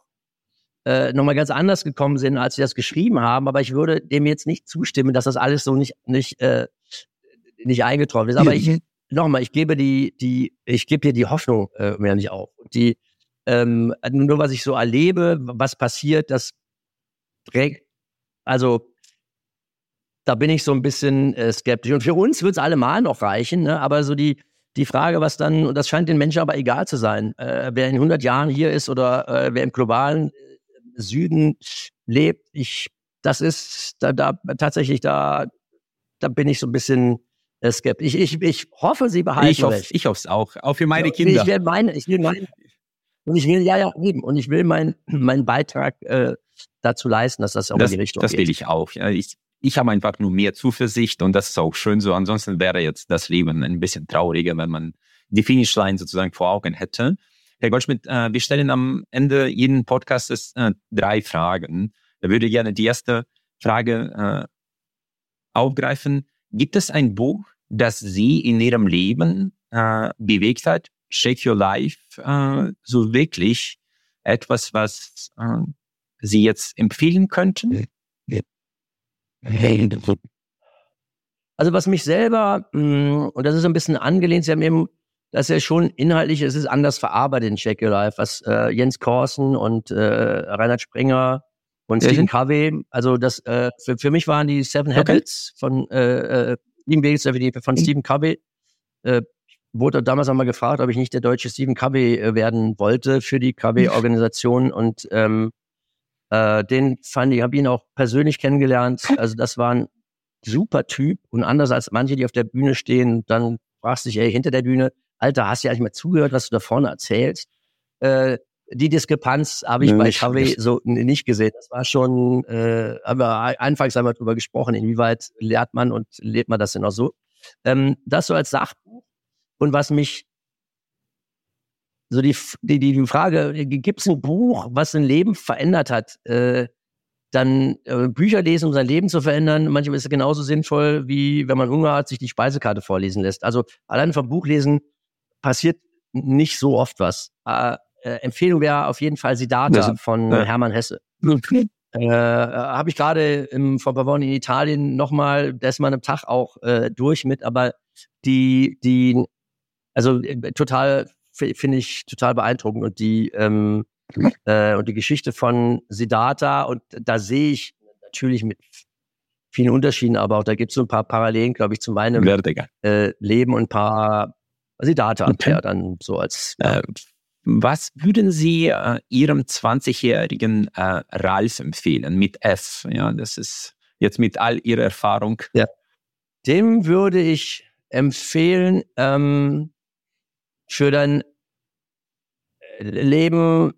äh, noch mal ganz anders gekommen sind, als sie das geschrieben haben. Aber ich würde dem jetzt nicht zustimmen, dass das alles so nicht, nicht, äh, nicht eingetroffen ist. Aber ich, nochmal, ich gebe die, die, ich gebe hier die Hoffnung äh, mehr nicht auf. Die, ähm, nur was ich so erlebe, was passiert, das trägt, also, da bin ich so ein bisschen äh, skeptisch. Und für uns wird es allemal noch reichen, ne? Aber so die, Die Frage, was dann, und das scheint den Menschen aber egal zu sein, äh, wer in hundert Jahren hier ist oder äh, wer im globalen Süden lebt, ich, das ist, da, da tatsächlich, da, da bin ich so ein bisschen äh, skeptisch. Ich, ich, ich hoffe, Sie behalten ich hoff, recht. Ich hoffe es auch, auch für meine ja, Kinder. Ich will meinen, ich will meinen, und ich will, ja, ja, eben, und ich will meinen meinen Beitrag äh, dazu leisten, dass das auch das, in die Richtung das geht. Das will ich auch, ja, ich Ich habe einfach nur mehr Zuversicht und das ist auch schön so. Ansonsten wäre jetzt das Leben ein bisschen trauriger, wenn man die Finishline sozusagen vor Augen hätte. Herr Goldschmidt, äh, wir stellen am Ende jeden Podcasts äh, drei Fragen. Da würde ich gerne die erste Frage äh, aufgreifen. Gibt es ein Buch, das Sie in Ihrem Leben äh, bewegt hat? Shake Your Life, äh, so wirklich etwas, was äh, Sie jetzt empfehlen könnten? Ja. Also was mich selber, mh, und das ist ein bisschen angelehnt, Sie haben eben dass er schon inhaltlich, es ist anders verarbeitet in Check Your Life, was äh, Jens Korsen und äh, Reinhard Sprenger und Ja, Stephen sind- Covey, also das äh, für, für mich waren die Seven Okay. Habits von äh, äh, Sieben Wege zur Effektivität von Stephen Covey. Äh, wurde damals auch mal gefragt, ob ich nicht der deutsche Stephen Covey äh, werden wollte für die Covey-Organisation und ähm, äh, den fand ich, habe ihn auch persönlich kennengelernt. Also das war ein super Typ und anders als manche, die auf der Bühne stehen, dann fragst du dich, ey, hinter der Bühne, Alter, hast du ja nicht mal zugehört, was du da vorne erzählst? Äh, die Diskrepanz habe ich Ja, bei nicht- Covey nicht. so n- nicht gesehen. Das war schon, äh, haben wir anfangs einmal drüber gesprochen, inwieweit lernt man und lebt man das denn auch so. Ähm, das so als Sachbuch. Und was mich so die, die, die Frage, gibt es ein Buch, was ein Leben verändert hat? Äh, dann äh, Bücher lesen, um sein Leben zu verändern. Manchmal ist es genauso sinnvoll, wie wenn man Hunger hat, sich die Speisekarte vorlesen lässt. Also allein vom Buchlesen passiert nicht so oft was. Äh, äh, Empfehlung wäre auf jeden Fall Siddhartha Das ist- von ja. Hermann Hesse. Äh, habe ich gerade im vor ein paar Wochen in Italien nochmal, da ist man am Tag auch äh, durch mit, aber die, die, also äh, total, f- finde ich total beeindruckend und die, ähm, äh, und die Geschichte von Siddhartha und da sehe ich natürlich mit vielen Unterschieden, aber auch da gibt es so ein paar Parallelen, glaube ich, zu meinem Werdegang. äh, Leben und ein paar Siddhartha Okay. ja, dann so als Äh, was würden Sie äh, Ihrem zwanzigjährigen äh, Ralf empfehlen mit F? Ja, das ist jetzt mit all Ihrer Erfahrung. dem würde ich empfehlen, ähm, für dein Leben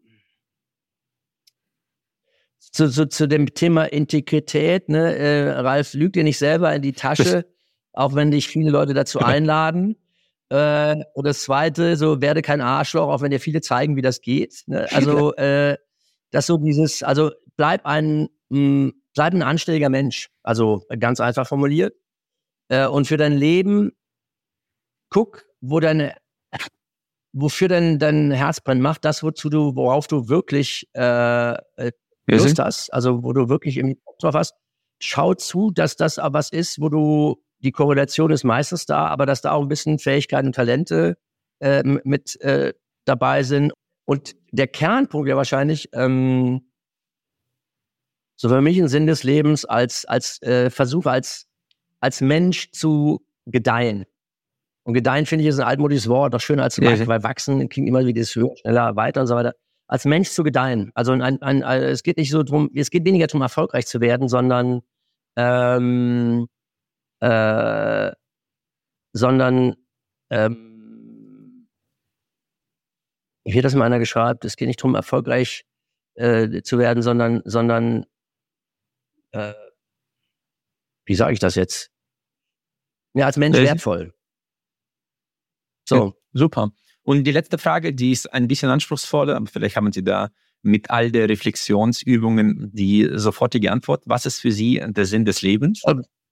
zu, zu, zu dem Thema Integrität, ne, äh, Ralf, lüg dir nicht selber in die Tasche, auch wenn dich viele Leute dazu einladen. Äh, und das Zweite, so werde kein Arschloch, auch wenn dir viele zeigen, wie das geht. Ne? Also äh, das so dieses, also bleib ein, mh, bleib ein anständiger Mensch. Also ganz einfach formuliert. Äh, und für dein Leben guck, wo deine, wofür dein, dein Herz brennt. Mach das, wozu du, worauf du wirklich äh, äh, Wir Lust sind- hast, also wo du wirklich irgendwie Bock drauf hast. Schau zu, dass das aber was ist, wo du, die Korrelation ist meistens da, aber dass da auch ein bisschen Fähigkeiten und Talente äh, mit äh, dabei sind. Und der Kernpunkt ja wahrscheinlich, ähm, so für mich ein Sinn des Lebens als, als äh, Versuch, als, als Mensch zu gedeihen. Und gedeihen, finde ich, ist ein altmodisches Wort, doch schöner als Ja, wachsen, ja. weil wachsen klingt immer wie das höher, schneller, weiter und so weiter. Als Mensch zu gedeihen. Also ein, ein, ein, es geht nicht so drum, es geht weniger darum, erfolgreich zu werden, sondern ähm, äh, sondern ähm, wie wird das mal einer geschrieben? Es geht nicht darum, erfolgreich äh, zu werden, sondern sondern äh, wie sage ich das jetzt? Ja, als Mensch Ja, ich- wertvoll. So. Super. Und die letzte Frage, die ist ein bisschen anspruchsvoller, aber vielleicht haben Sie da mit all der Reflexionsübungen die sofortige Antwort. Was ist für Sie der Sinn des Lebens?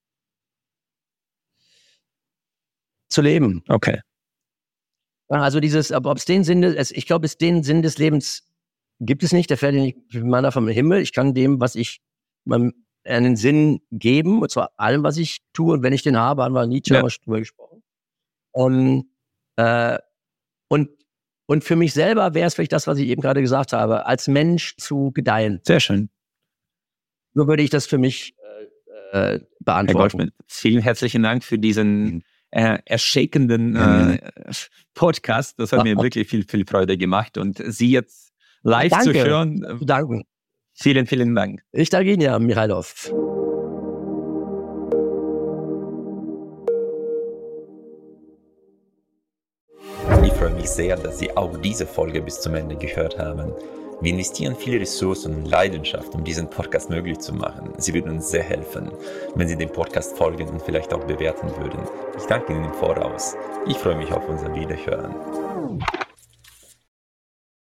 Zu leben. Okay. Also dieses, aber ob es den Sinn des, ich glaube, es den Sinn des Lebens gibt es nicht, der fällt ja nicht meiner vom Himmel. Ich kann dem, was ich, meinem, einen Sinn geben, und zwar allem, was ich tue, und wenn ich den habe, haben wir Nietzsche Ja. haben wir schon drüber gesprochen. Um, äh, und, und für mich selber wäre es vielleicht das, was ich eben gerade gesagt habe, als Mensch zu gedeihen. Sehr schön. So würde ich das für mich äh, äh, Herr beantworten. Goldschmidt, vielen herzlichen Dank für diesen äh, erschreckenden äh, Podcast. Das hat mir wirklich viel, viel Freude gemacht. Und Sie jetzt live Danke. zu hören, Zu danken. vielen, vielen Dank. Ich danke Ihnen, ja, Michailov. Ich freue mich sehr, dass Sie auch diese Folge bis zum Ende gehört haben. Wir investieren viele Ressourcen und Leidenschaft, um diesen Podcast möglich zu machen. Sie würden uns sehr helfen, wenn Sie dem Podcast folgen und vielleicht auch bewerten würden. Ich danke Ihnen im Voraus. Ich freue mich auf unser Wiederhören.